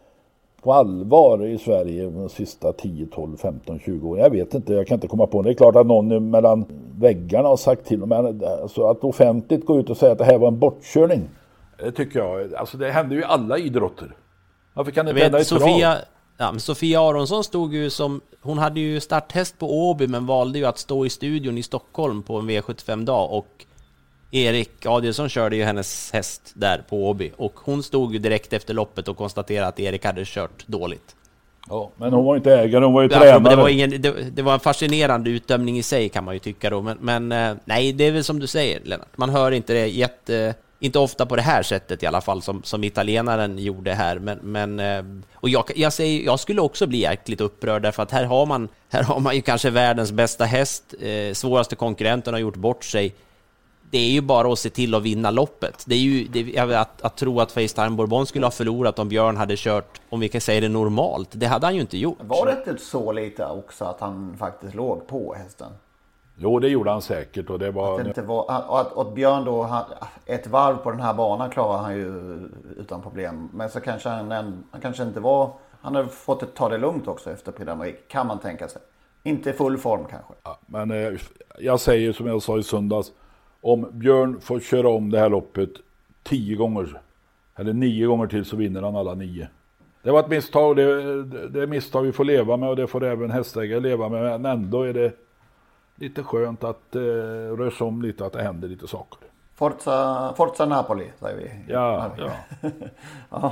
på allvar i Sverige de sista tio, tolv, femton, tjugo år? Jag vet inte, jag kan inte komma på det. Det är klart att någon mellan väggarna har sagt till. Men alltså att offentligt gå ut och säga att det här var en bortkörning. Det tycker jag. Alltså det händer ju i alla idrotter. Varför kan det inte hända i Sofia, ja, men Sofia Aronsson stod ju som... Hon hade ju starthäst på Åby men valde ju att stå i studion i Stockholm på en V sjuttiofem-dag och Erik Adielsson körde ju hennes häst där på Åby och hon stod ju direkt efter loppet och konstaterade att Erik hade kört dåligt. Ja, men hon var inte ägare, hon var ju ja, tränare. Men det, var ingen, det, det var en fascinerande utdömning i sig kan man ju tycka då. Men, men nej, det är väl som du säger, Lennart. Man hör inte det jätte... Inte ofta på det här sättet i alla fall som, som italienaren gjorde här. Men, men, och jag, jag, säger, jag skulle också bli jäkligt upprörd därför att här har man, här har man ju kanske världens bästa häst. Eh, svåraste konkurrenten har gjort bort sig. Det är ju bara att se till att vinna loppet. Det är ju, det, att, att tro att Facetime Bourbon skulle ha förlorat om Björn hade kört, om vi kan säga det normalt. Det hade han ju inte gjort. Var det inte så lite också att han faktiskt låg på hästen? Jo, det gjorde han säkert. Och det var... Att, det inte var, att, att Björn då, han, ett varv på den här banan klarar han ju utan problem. Men så kanske han, han kanske inte var, han har fått ta det lugnt också efter Prix, kan man tänka sig. Inte i full form kanske. Ja, men eh, jag säger som jag sa i söndags, om Björn får köra om det här loppet tio gånger, eller nio gånger till så vinner han alla nio. Det var ett misstag, det, det är misstag vi får leva med och det får även hästägare leva med. Men ändå är det lite skönt att eh, röra sig om lite, att det händer lite saker. Forza, Forza Napoli, säger vi. Ja, ja. Ja.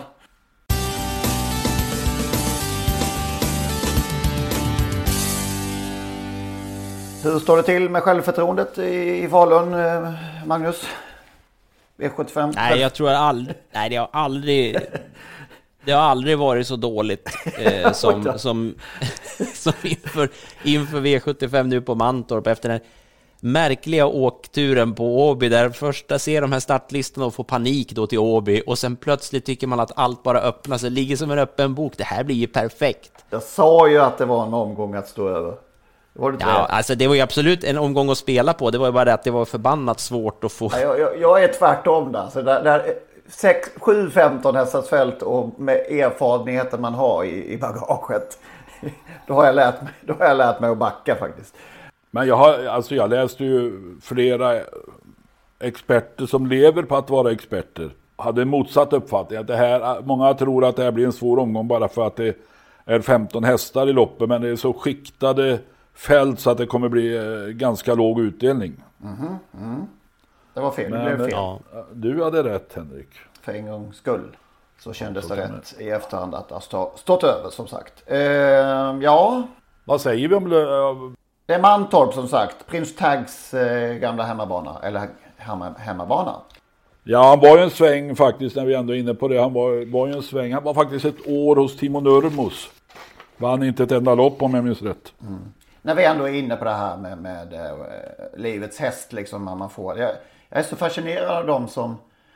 Hur står det till med självförtroendet i, i Falun, Magnus? V sjuttiofem? Nej, jag tror aldrig... Nej, det har aldrig... Det har aldrig varit så dåligt eh, som, som, som inför, inför V sjuttiofem nu på Mantorp efter den. märkliga åkturen på Åby där första ser de här startlistorna och får panik då till Åby och sen plötsligt tycker man att allt bara öppnar sig, ligger som en öppen bok. Det här blir ju perfekt. Jag sa ju att det var en omgång att stå över. Var det ja, alltså det var ju absolut en omgång att spela på. Det var ju bara det att det var förbannat svårt att få. Ja, jag, jag, jag är tvärtom där. Så där, där sju femton hästars fält och med erfarenheten man har i, i bagaget. Då har jag lärt mig, då har jag lärt mig att backa faktiskt. Men jag har, alltså jag läste ju flera experter som lever på att vara experter. Hade en motsatt uppfattning. Att det här, många tror att det här blir en svår omgång bara för att det är femton hästar i loppet. Men det är så skiktade fält så att det kommer bli ganska låg utdelning. Mm-hmm. Mm. Det var fel, men, det blev fel. Ja, du hade rätt, Henrik. För en gångs skull så kändes det rätt i efterhand att det har stått över som sagt. Uh, ja. Vad säger vi om uh... det? Är Mantorp som sagt. Prins Tags uh, gamla hemmabana. Eller hemma, hemmabana. Ja, han var ju en sväng faktiskt när vi ändå är inne på det. Han var, var ju en sväng. Han var faktiskt ett år hos Timo Nurmos. Vann inte ett enda lopp om jag minns rätt. Mm. När vi ändå är inne på det här med, med uh, livets häst liksom man får. Jag, jag är så fascinerad av dem som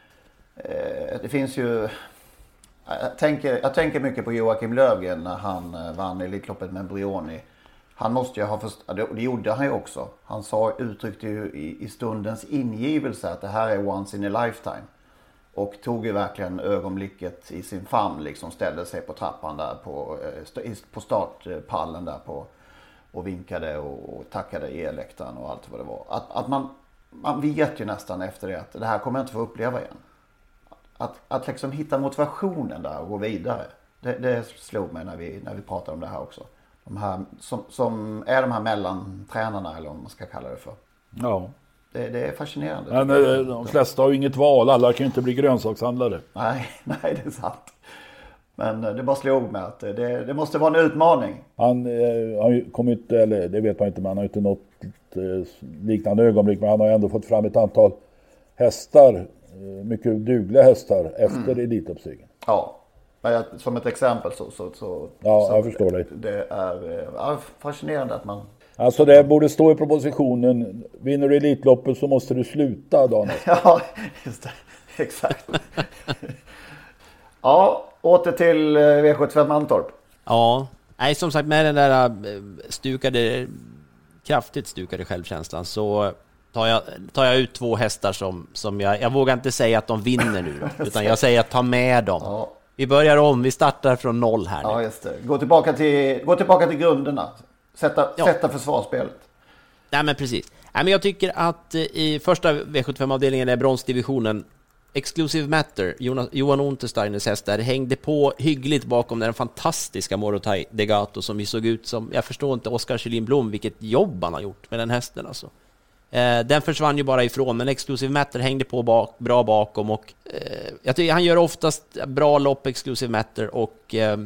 uh, det finns ju. Jag tänker, jag tänker mycket på Joakim Lövgren när han vann Elitloppet med Brioni. Han måste ju ha först, det gjorde han ju också. Han sa, uttryckte ju i, i stundens ingivelse att det här är once in a lifetime. Och tog ju verkligen ögonblicket i sin famn liksom, ställde sig på trappan där på, på startpallen där på och vinkade och, och tackade e-läktaren och allt vad det var. Att, att man, man vet ju nästan efter det att det här kommer jag inte få uppleva igen. Att, att liksom hitta motivationen där och gå vidare. Det, det slog mig när vi, när vi pratade om det här också. De här som, som är de här mellantränarna eller vad man ska kalla det för. Ja. Det, det är fascinerande. Men de flesta har ju inget val. Alla kan ju inte bli grönsakshandlare. Nej, nej det är sant. Men det bara slog mig att det, det måste vara en utmaning. Han eh, har kommit inte, eller det vet man inte, men han har inte något eh, liknande ögonblick. Men han har ändå fått fram ett antal hästar. Mycket dugliga hästar efter mm. elitloppssegern. Ja, som ett exempel så... så, så ja, så jag förstår dig. Det är ja, fascinerande att man... Alltså det borde stå i propositionen. Vinner du elitloppet så måste du sluta, Daniel. Ja, just det. Exakt. Ja, åter till V sjuttiofem Mantorp. Ja, nej som sagt med den där stukade, kraftigt stukade självkänslan så... Tar jag, tar jag ut två hästar som, som jag... Jag vågar inte säga att de vinner nu. Utan jag säger att ta med dem. Ja. Vi börjar om. Vi startar från noll här nu. Ja, just det. Gå tillbaka till, gå tillbaka till grunderna. Sätta, ja. sätta försvarsspelet. Nej, men precis. Nej, men jag tycker att i första V sjuttiofem-avdelningen är bronsdivisionen Exclusive Matter, Jonas, Johan Untersteiners hästar, hängde på hyggligt bakom den fantastiska Morotai Degato som vi såg ut som... Jag förstår inte Oskar Kjellin Blom vilket jobb han har gjort med den hästen alltså. Den försvann ju bara ifrån, men Exclusive Matter hängde på bak, bra bakom och eh, jag tycker han gör oftast bra lopp Exclusive Matter och eh,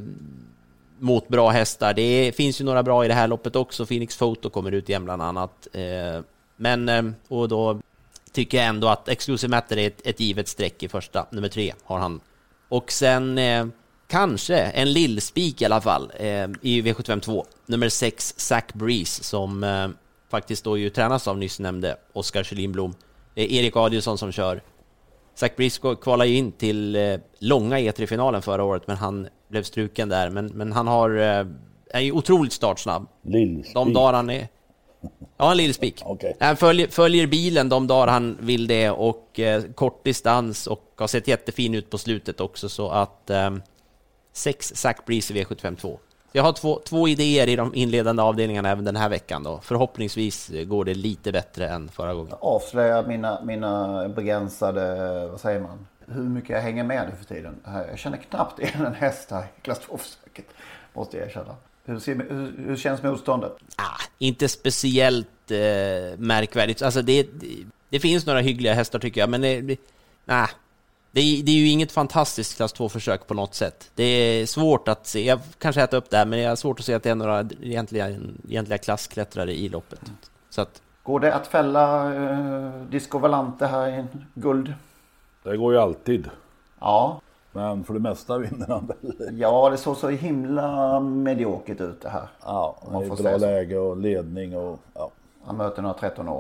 mot bra hästar. Det är, finns ju några bra i det här loppet också. Phoenix Photo kommer ut igen bland annat. Eh, men eh, och då tycker jag ändå att Exclusive Matter är ett, ett givet streck i första. Nummer tre har han. Och sen eh, kanske en lillspik i alla fall eh, i V sjuttiofem två. Nummer sex Zach Breeze som eh, faktiskt då ju tränas av nyss nämnde Oskar Kjellin Blom. Det är Erik Adielsson som kör. Zach Breeze kvalar ju in till eh, långa E tre-finalen förra året, men han blev struken där. Men, men han har, eh, är ju otroligt startsnabb. Lillspik. De dagar han är... Ja, en lillspik. Okay. Han följer, följer bilen de dagar han vill det och eh, kort distans och har sett jättefin ut på slutet också. Så att eh, sex Zach Breeze i V sjuttiofem två. Jag har två, två idéer i de inledande avdelningarna även den här veckan då. Förhoppningsvis går det lite bättre än förra gången. Jag avslöjar mina, mina begränsade, vad säger man, hur mycket jag hänger med nu för tiden. Jag känner knappt igen en häst här i klass två-försöket, måste jag erkänna. Hur, ser, hur, hur känns motståndet? Ah, inte speciellt eh, märkvärdigt. Alltså det, det, det finns några hyggliga hästar tycker jag, men det, det, nah, det, det är ju inget fantastiskt klass två-försök på något sätt. Det är svårt att se, jag kanske äter upp det här, men jag har svårt att se att det är några egentliga, egentliga klassklättrare i loppet. Så att... Går det att fälla eh, Disco Valante här i en guld? Det går ju alltid. Ja. Men för det mesta vinner han väl. Ja, det såg så himla mediokert ut det här. Ja, man får bra läge och ledning och ja. Han möter några trettonåringar.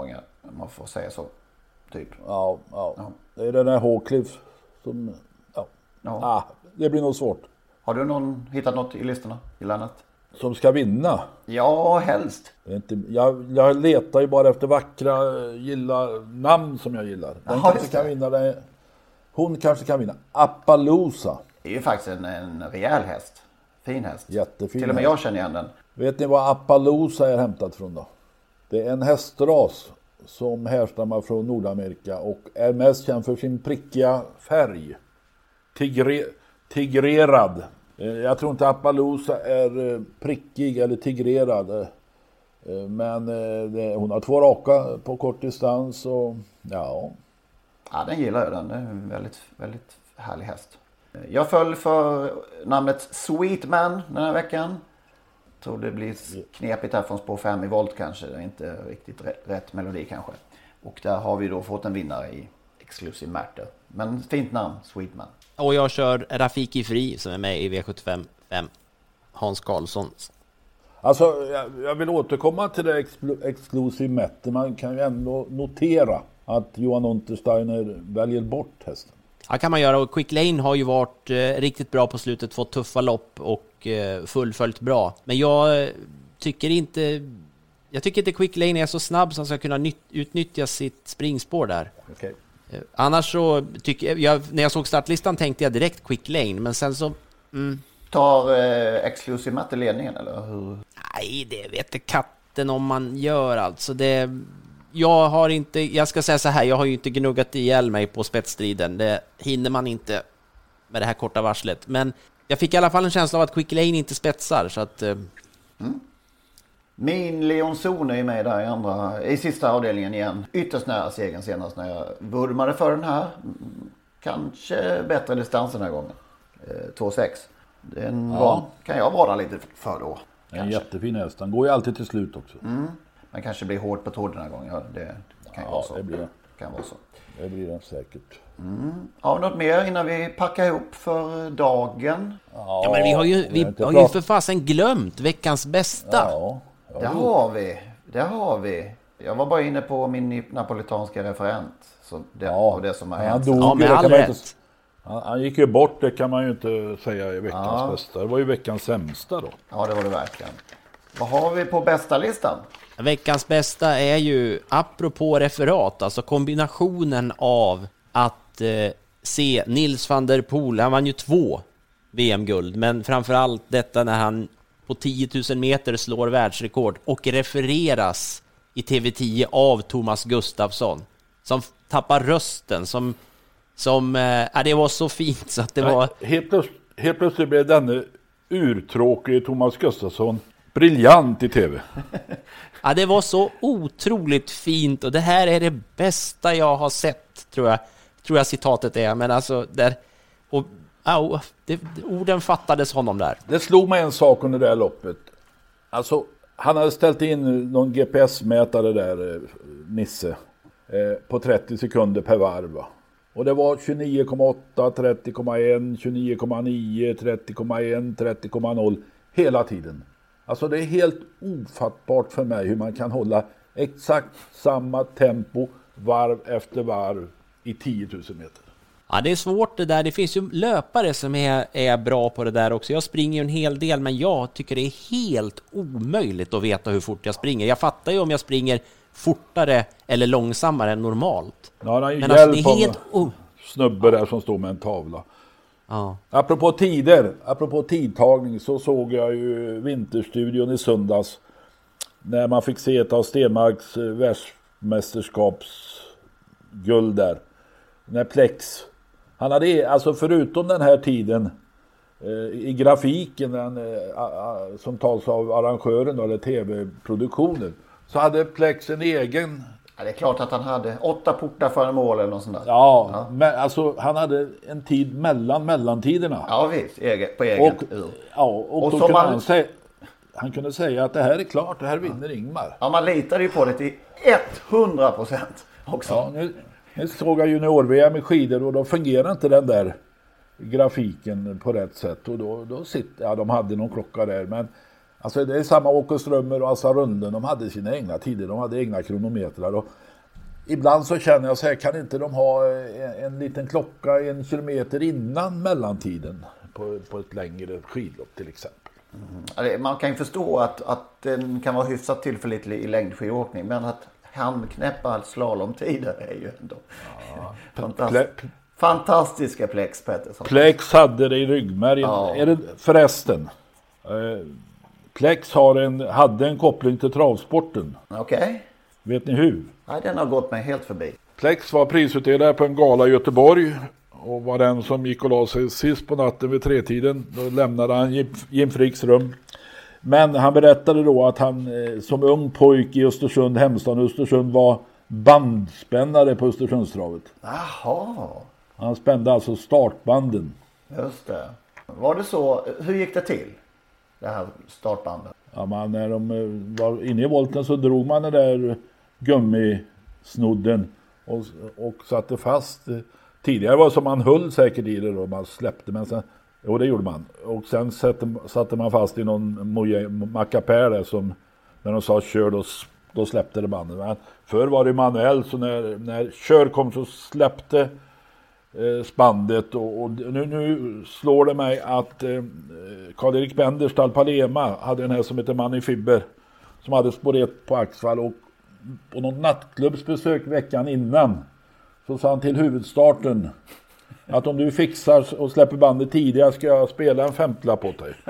om man får säga så. Typ. Ja, ja. Ja. Det är den här Håkliff som... Ja. Ja. Ah, det blir nog svårt. Har du någon, hittat något i listorna? I landet? Som ska vinna? Ja, helst. Det är inte, jag, jag letar ju bara efter vackra gilla, namn som jag gillar. Den Jaha, kanske just kan det. vinna det. Hon kanske kan vinna. Appaloosa. Det är ju faktiskt en, en rejäl häst. Fin häst. Jättefin. Till och med jag känner igen den. Vet ni vad Appaloosa är hämtat från då? Det är en hästras som härstammar från Nordamerika och är mest känd för sin prickiga färg. Tigre, tigrerad. Eh, Jag tror inte Appaloosa är eh, prickig eller tigrerad. Eh, Men eh, det, hon har två raka på kort distans och ja. Ja, den gillar jag den. Det är en väldigt, väldigt härlig häst. Jag föll för namnet Sweetman den här veckan. Tror det blir knepigt här från spår fem i volt kanske. Det är inte riktigt rätt, rätt melodi kanske. Och där har vi då fått en vinnare i Exclusive Matter. Men fint namn, Sweetman. Och jag kör Rafiki Fri som är med i V sjuttiofem fem. Hans Karlsson. Alltså jag, jag vill återkomma till det expl- Exclusive Matter. Man kan ju ändå notera att Johan Untersteiner väljer bort hästen. Ja, kan man göra. Och Quick Lane har ju varit eh, riktigt bra på slutet, fått tuffa lopp och eh, fullföljt bra. Men jag eh, tycker inte jag tycker inte Quick Lane är så snabb så han ska kunna nyt- utnyttja sitt springspår där. Okay. Eh, annars så tycker jag, jag, när jag såg startlistan tänkte jag direkt Quick Lane, men sen så... Mm. Tar eh, Exclusive Matter ledningen eller hur? Nej, det vet inte katten om man gör alltså. Det... Jag har inte, jag ska säga så här, jag har ju inte gnuggat ihjäl mig på spetsstriden. Det hinner man inte med det här korta varslet. Men jag fick i alla fall en känsla av att Quick Lane inte spetsar. Så att, uh... mm. Min Leon Zone är med där i, andra, i sista avdelningen igen. Ytterst nära segern senast när jag vurmade för den här. Kanske bättre distans den här gången. Eh, två sex. Den ja. var, kan jag vara lite för då. En kanske. Jättefin häst. Den går ju alltid till slut också. Mm. Man kanske blir hård på tå den här gången. Ja, det kan ju ja, vara så. Det blir det. Kan vara så. Det blir det säkert. Mm. Ja, något mer innan vi packar ihop för dagen? Ja, ja men vi har ju, vi har ju för fasen glömt veckans bästa. Ja, ja, det har vi. Det har vi. Jag var bara inne på min napolitanska referent. Så det, ja, och det som har hänt. Han dog, ja, med all rätt. Inte, han, han gick ju bort, det kan man ju inte säga i veckans ja. bästa. Det var ju veckans sämsta då. Ja, det var det verkligen. Vad har vi på bästa listan? Veckans bästa är ju, apropå referat, alltså kombinationen av att eh, se Nils van der Poel, han vann ju två V M-guld, men framförallt detta när han på tio tusen meter slår världsrekord och refereras i T V tio av Thomas Gustafsson som tappar rösten, som, som eh, det var så fint så att det Nej, var... Helt plötsligt, helt plötsligt blev denne urtråkig Thomas Gustafsson briljant i T V. Ja, det var så otroligt fint och det här är det bästa jag har sett, tror jag, tror jag citatet är. Men alltså, där, och, oh, det, orden fattades honom där. Det slog mig en sak under det här loppet. Alltså, han hade ställt in någon G P S-mätare där, Nisse, eh, på trettio sekunder per varv. Och det var tjugonio komma åtta, trettio komma ett, tjugonio komma nio, trettio komma ett, trettio komma noll hela tiden. Alltså det är helt ofattbart för mig hur man kan hålla exakt samma tempo varv efter varv i tio tusen meter. Ja, det är svårt det där. Det finns ju löpare som är, är bra på det där också. Jag springer ju en hel del, men jag tycker det är helt omöjligt att veta hur fort jag springer. Jag fattar ju om jag springer fortare eller långsammare än normalt. Ja, han men alltså, det är helt... Oh. Snubbe där som står med en tavla. Ja. Apropå tider, apropå tidtagning, så såg jag ju Vinterstudion i söndags när man fick se ett av Stenmarks världsmästerskapsguld där. När Plex, han hade alltså förutom den här tiden eh, i grafiken den, eh, som tas av arrangören eller tv-produktionen, så hade Plex en egen. Ja, det är klart att han hade åtta portar före mål eller något sånt där. Ja, ja. Men alltså han hade en tid mellan mellantiderna. Ja visst, egen, på egen och, ja, och, och då kunde man... han, säga, han kunde säga att det här är klart, det här vinner Ingmar. Ja, man litade ju på det till hundra procent också. Ja, nu, nu såg jag junior-V M i skidor och då fungerar inte den där grafiken på rätt sätt. Och då, då sitter, ja, de hade någon klocka där, men alltså det är samma Åke Strömmer och Assa Runden, de hade sina egna tider, de hade egna kronometrar och ibland så känner jag så här, kan inte de ha en, en liten klocka en kilometer innan mellantiden på, på ett längre skidlopp till exempel. Mm. Man kan ju förstå att, att den kan vara hyfsat tillförlitlig i längdskidåkning, men att handknäppa slalomtider är ju ändå ja. fantastiskt. Fantastiska Plex Pettersson. Plex hade det i ryggmärgen. Ja. Är det förresten? Eh, Plex har en, hade en koppling till travsporten. Okej. Okay. Vet ni hur? Nej, den har gått mig helt förbi. Plex var prisutdelare på en gala i Göteborg och var den som gick och la sig sist på natten vid tretiden. Då lämnade han Jim, Jim Fricks rum. Men han berättade då att han eh, som ung pojk i Östersund, hemstaden Östersund, var bandspännare på Östersundstravet. Jaha. Han spände alltså startbanden. Just det. Var det så? Hur gick det till? Det här startbandet? Ja, man, när de var inne i volten så drog man den där gummisnodden och, och satte fast. Tidigare var det som man höll säkert i det och man släppte, men sen, jo det gjorde man. Och sen satte, satte man fast i någon mackapär där som när de sa kör då, då släppte det bandet. Men förr var det manuellt, så när, när kör kom så släppte spandet och, och nu, nu slår det mig att eh, Karl-Erik Benderstall Palema hade den här som heter Manny Fibber som hade spår ett på Axvall, och på någon nattklubbsbesök veckan innan så sa han till huvudstarten att om du fixar och släpper bandet tidigare ska jag spela en femtlapp på dig.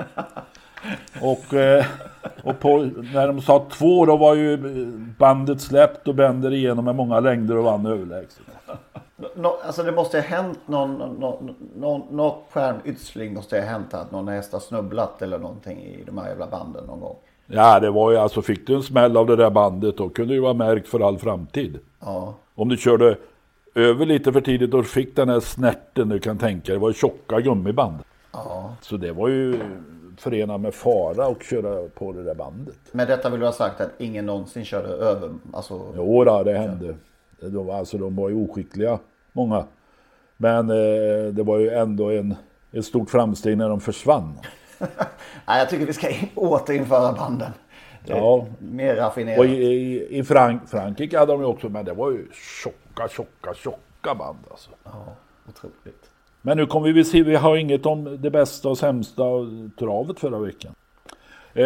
Och, eh, och på, när de sa två då var ju bandet släppt och Bender igenom med många längder och vann överlägset. No, alltså det måste ha hänt någon, någon, någon, någon skärmytsling måste ha hänt att någon häst har snubblat eller någonting i de här jävla banden någon gång. Ja, det var ju alltså, fick du en smäll av det där bandet då kunde ju vara märkt för all framtid. Ja. Om du körde över lite för tidigt och fick den här snärten, du kan tänka, det var ju tjocka gummiband. Ja. Så det var ju förenat med fara och köra på det där bandet. Men detta vill du ha sagt att ingen någonsin körde över? Alltså... Jo då, det hände. De var, alltså, de var ju oskickliga, många. Men eh, det var ju ändå en, ett stort framsteg när de försvann. Nej, jag tycker vi ska återinföra banden. Det är ja. Mer raffinerat. Och i, i, i Frank- Frankrike hade de ju också, men det var ju tjocka, tjocka, tjocka band. Alltså. Ja, otroligt. Men nu kommer vi se, vi har inget om det bästa och sämsta travet förra veckan. Eh,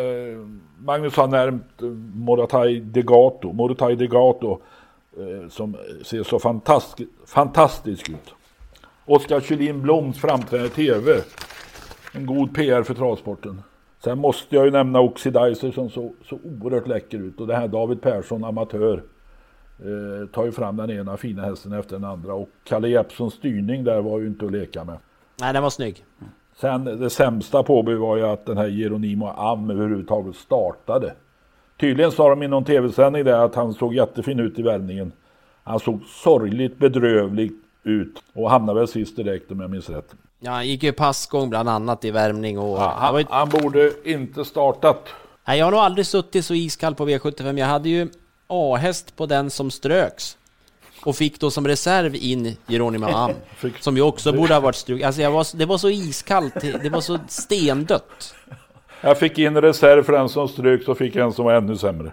Magnus har nämnt Moratai Degato, Moratai Degato eh, som ser så fantastisk, fantastisk ut. Oskar Kjellin Bloms framträdande i tv. En god P R för travsporten. Sen måste jag ju nämna Oxidizer som så, så oerhört läcker ut. Och det här David Persson, amatör, eh, tar ju fram den ena fina hästen efter den andra. Och Kalle Jeppssons styrning där var ju inte att leka med. Nej, den var snygg. Sen det sämsta påby var ju att den här Geronimo Am överhuvudtaget startade. Tydligen sa de i någon tv-sändning där att han såg jättefin ut i värmningen. Han såg sorgligt bedrövligt ut och hamnade väl sist direkt om jag minns rätt. Ja, han gick ju passgång bland annat i värmning. Och ja, han, ett... han borde inte startat. Nej, jag har nog aldrig suttit så iskall på V sjuttiofem. Jag hade ju A-häst på den som ströks. Och fick då som reserv in Geronimo Am. Som ju också borde ha varit struk. Alltså jag var, det var så iskallt. Det var så stendött. Jag fick in reserv för den som strök, så fick en som var ännu sämre.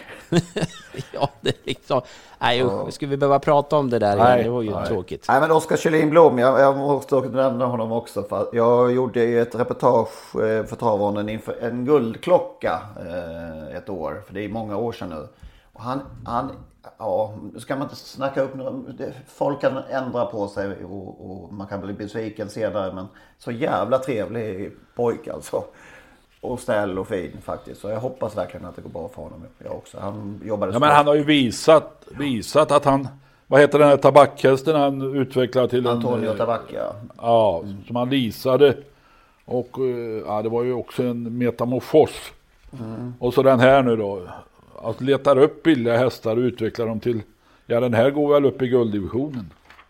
Ja, det är liksom... Nej, usch, skulle vi behöva prata om det där? Nej, det var ju nej. tråkigt. Nej, men Oskar Kjellin Blom, jag, jag måste nämna honom också. För jag gjorde ett reportage för Travronden inför en guldklocka eh, ett år. För det är många år sedan nu. Och han... han ja, ska man inte snacka upp folk kan ändra på sig och, och man kan bli besviken senare, men så jävla trevlig pojk alltså. Och snäll och fin faktiskt. Så jag hoppas verkligen att det går bra för honom. Jag också. Han jobbade ja, men han har ju visat, visat att han, vad heter den här tabackhästen han utvecklade till Antonio en... Tabac, ja. Ja, som han leasade. Och ja, det var ju också en metamorfos. Mm. Och så den här nu då. Att letar upp billiga hästar och utvecklar dem till, ja den här går väl upp i gulddivisionen.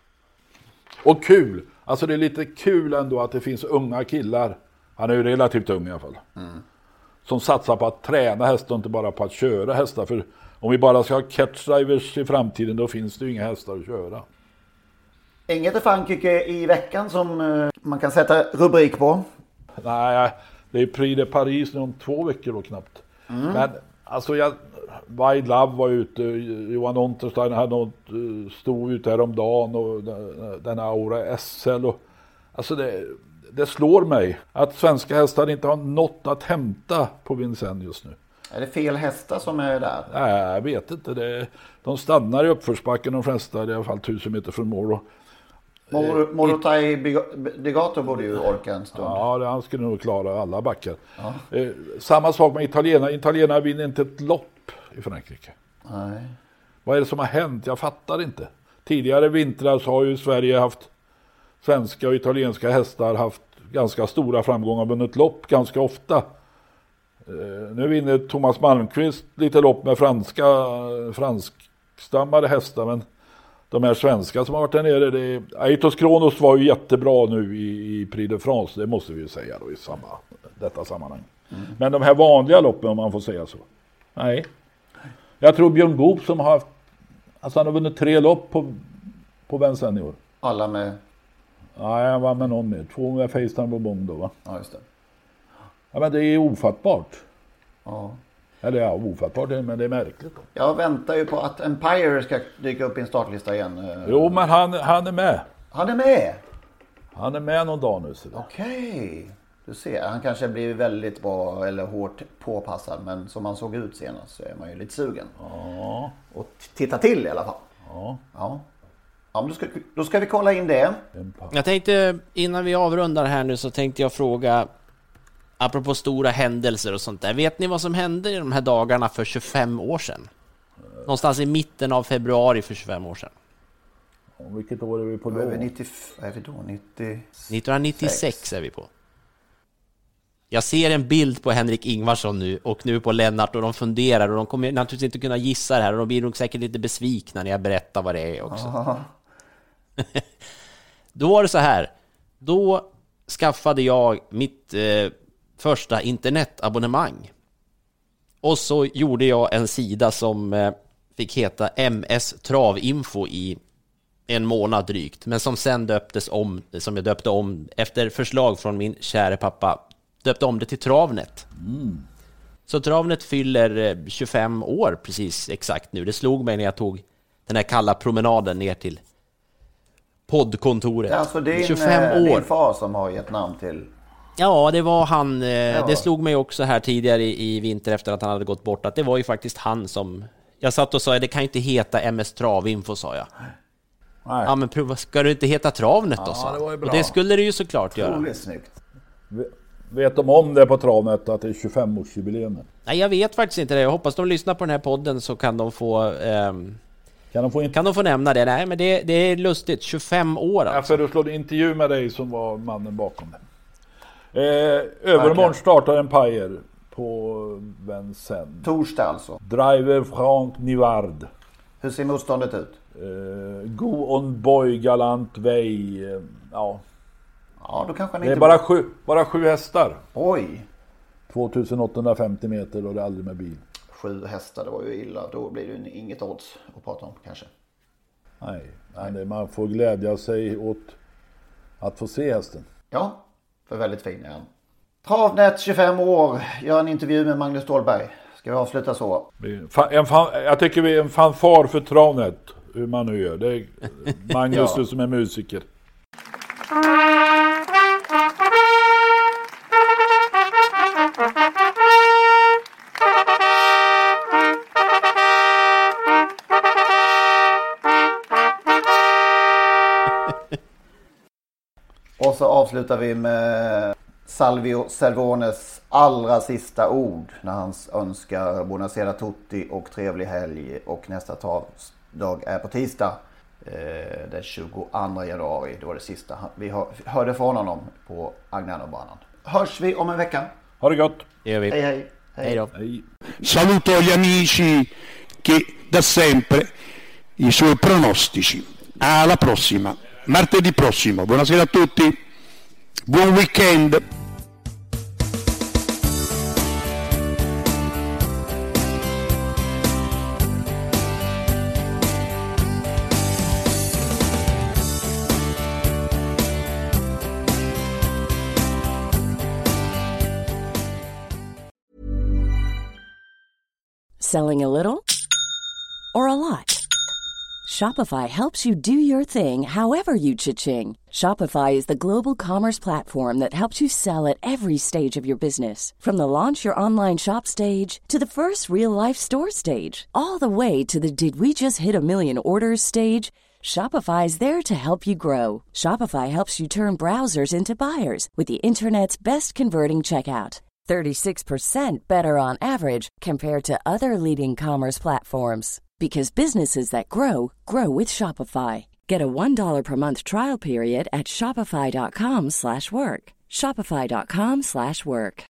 Och kul, alltså det är lite kul ändå att det finns unga killar, han är ju relativt ung i alla fall, mm. som satsar på att träna hästar och inte bara på att köra hästar. För om vi bara ska ha catchdrivers i framtiden, då finns det ju inga hästar att köra. Inget i Frankrike i veckan som uh, man kan sätta rubrik på? Nej, det är Prix de Paris om två veckor då knappt. Mm. Men alltså jag Wild Love var ute, Johan Unterstein hade något, uh, stod ute här om dagen och den, den Aura S L och alltså det, det slår mig att svenska hästar inte har något att hämta på Vincennes just nu. Är det fel hästar som är där? Nej, jag vet inte. Det, de stannar i uppförsbacken de flesta, i alla fall tusen meter från mål. Och, Mor- Morotai Degato borde ju orka en stund. Ja, det, han skulle nog klara alla backar. Ja. Eh, samma sak med Italiena. Italiena vinner inte ett lopp i Frankrike. Nej. Vad är det som har hänt? Jag fattar inte. Tidigare vintrar så har ju Sverige haft svenska och italienska hästar haft ganska stora framgångar, vunnit lopp ganska ofta. Eh, nu vinner Thomas Malmqvist lite lopp med franska franskstammade hästar, men de här svenska som har varit där nere, det är, Aitos Kronos var ju jättebra nu i, i Prix de France, det måste vi ju säga då i samma, detta sammanhang. Mm. Men de här vanliga loppen, om man får säga så. Nej. Jag tror Björn Goop som har haft, alltså han har vunnit tre lopp på, på Vincennes i år. Alla med? Nej, han var med någon med. Två med FaceTime och Bong då, va? Ja, just det. Ja, men det är ofattbart. Ja. Eller ja, ofattbart, men det är märkligt då. Jag väntar ju på att Empire ska dyka upp i en startlista igen. Jo, men han, han är med. Han är med? Han är med någon dag nu. Okej. Okay. Du ser, han kanske blir väldigt bra eller hårt påpassad, men som han såg ut senast så är man ju lite sugen. Ja. Och titta till i alla fall. Ja. Ja. Ja, men då ska, då ska vi kolla in det. Jag tänkte, innan vi avrundar här nu, så tänkte jag fråga, apropå stora händelser och sånt där. Vet ni vad som hände i de här dagarna för tjugofem år sedan? Någonstans i mitten av februari för tjugofem år sedan. Och vilket år är vi på då? Är vi nittio, är vi då? nittio... nittonhundranittiosex är vi på. Jag ser en bild på Henrik Ingvarsson nu och nu på Lennart, och de funderar, och de kommer naturligtvis inte kunna gissa det här, och de blir nog säkert lite besvikna när jag berättar vad det är också. Då var det så här. Då skaffade jag mitt eh, första internetabonnemang. Och så gjorde jag en sida som eh, fick heta M S Travinfo i en månad drygt, men som sen döptes om, som jag döpte om efter förslag från min kära pappa, döpte om det till Travnet. Mm. Så Travnet fyller tjugofem år precis exakt nu. Det slog mig när jag tog den här kalla promenaden ner till poddkontoret. Det är alltså din, tjugofem år. Din far som har gett namn till... Ja, det var han. Ja. Det slog mig också här tidigare i, i vinter efter att han hade gått bort, att det var ju faktiskt han som... Jag satt och sa, det kan ju inte heta M S Travinfo, sa jag. Nej. Ja, men prova, ska du inte heta Travnet då? Ja, det var ju bra. Och det skulle det ju såklart göra. Otroligt snyggt. Vet de om det på Travnet att det är tjugofem-årsjubileum? Nej, jag vet faktiskt inte det. Jag hoppas de lyssnar på den här podden, så kan de få... Ehm, kan, de få in... kan de få nämna det? Nej, men det, det är lustigt. tjugofem år alltså. Jag föreslår en intervju med dig som var mannen bakom det. Eh, övermorgon startar Empire på Vincennes. Torsdag alltså. Driver Frank Nivard. Hur ser motståndet ut? Eh, Go on boy, galant way. Eh, ja. Ja, då kanske det är bara sju, bara sju hästar. Oj. tvåtusen åttahundrafemtio meter och det är aldrig med bil. Sju hästar, det var ju illa. Då blir det inget odds att prata om kanske. Nej, nej. Man får glädja sig åt att få se hästen. Ja, för väldigt fin är han. Travnet tjugofem år. Gör en intervju med Magnus Ståhlberg. Ska vi avsluta så? En fan, jag tycker vi är en fanfar för Travnet. Hur man nu gör. Det är Magnus ja. som är musiker. Och så avslutar vi med Salvio Cervones allra sista ord när han önskar Buonasera tutti och trevlig helg, och nästa travdag är på tisdag eh, den tjugoandra januari. Det var det sista vi hörde från honom på Agnano-banan. Hörs vi om en vecka. Ha det gott. Det gör vi. Hej hej. Hej då. Hej. Saluto gli amici che da sempre i suoi pronostici. Alla prossima. Martedì prossimo. Buonasera a tutti. Buon weekend. Selling a little or a lot? Shopify helps you do your thing however you cha-ching. Shopify is the global commerce platform that helps you sell at every stage of your business. From the launch your online shop stage to the first real-life store stage, all the way to the did we just hit a million orders stage. Shopify is there to help you grow. Shopify helps you turn browsers into buyers with the internet's best converting checkout. thirty-six percent better on average compared to other leading commerce platforms. Because businesses that grow, grow with Shopify. Get a one dollar per month trial period at shopify.com slash work. Shopify.com slash work.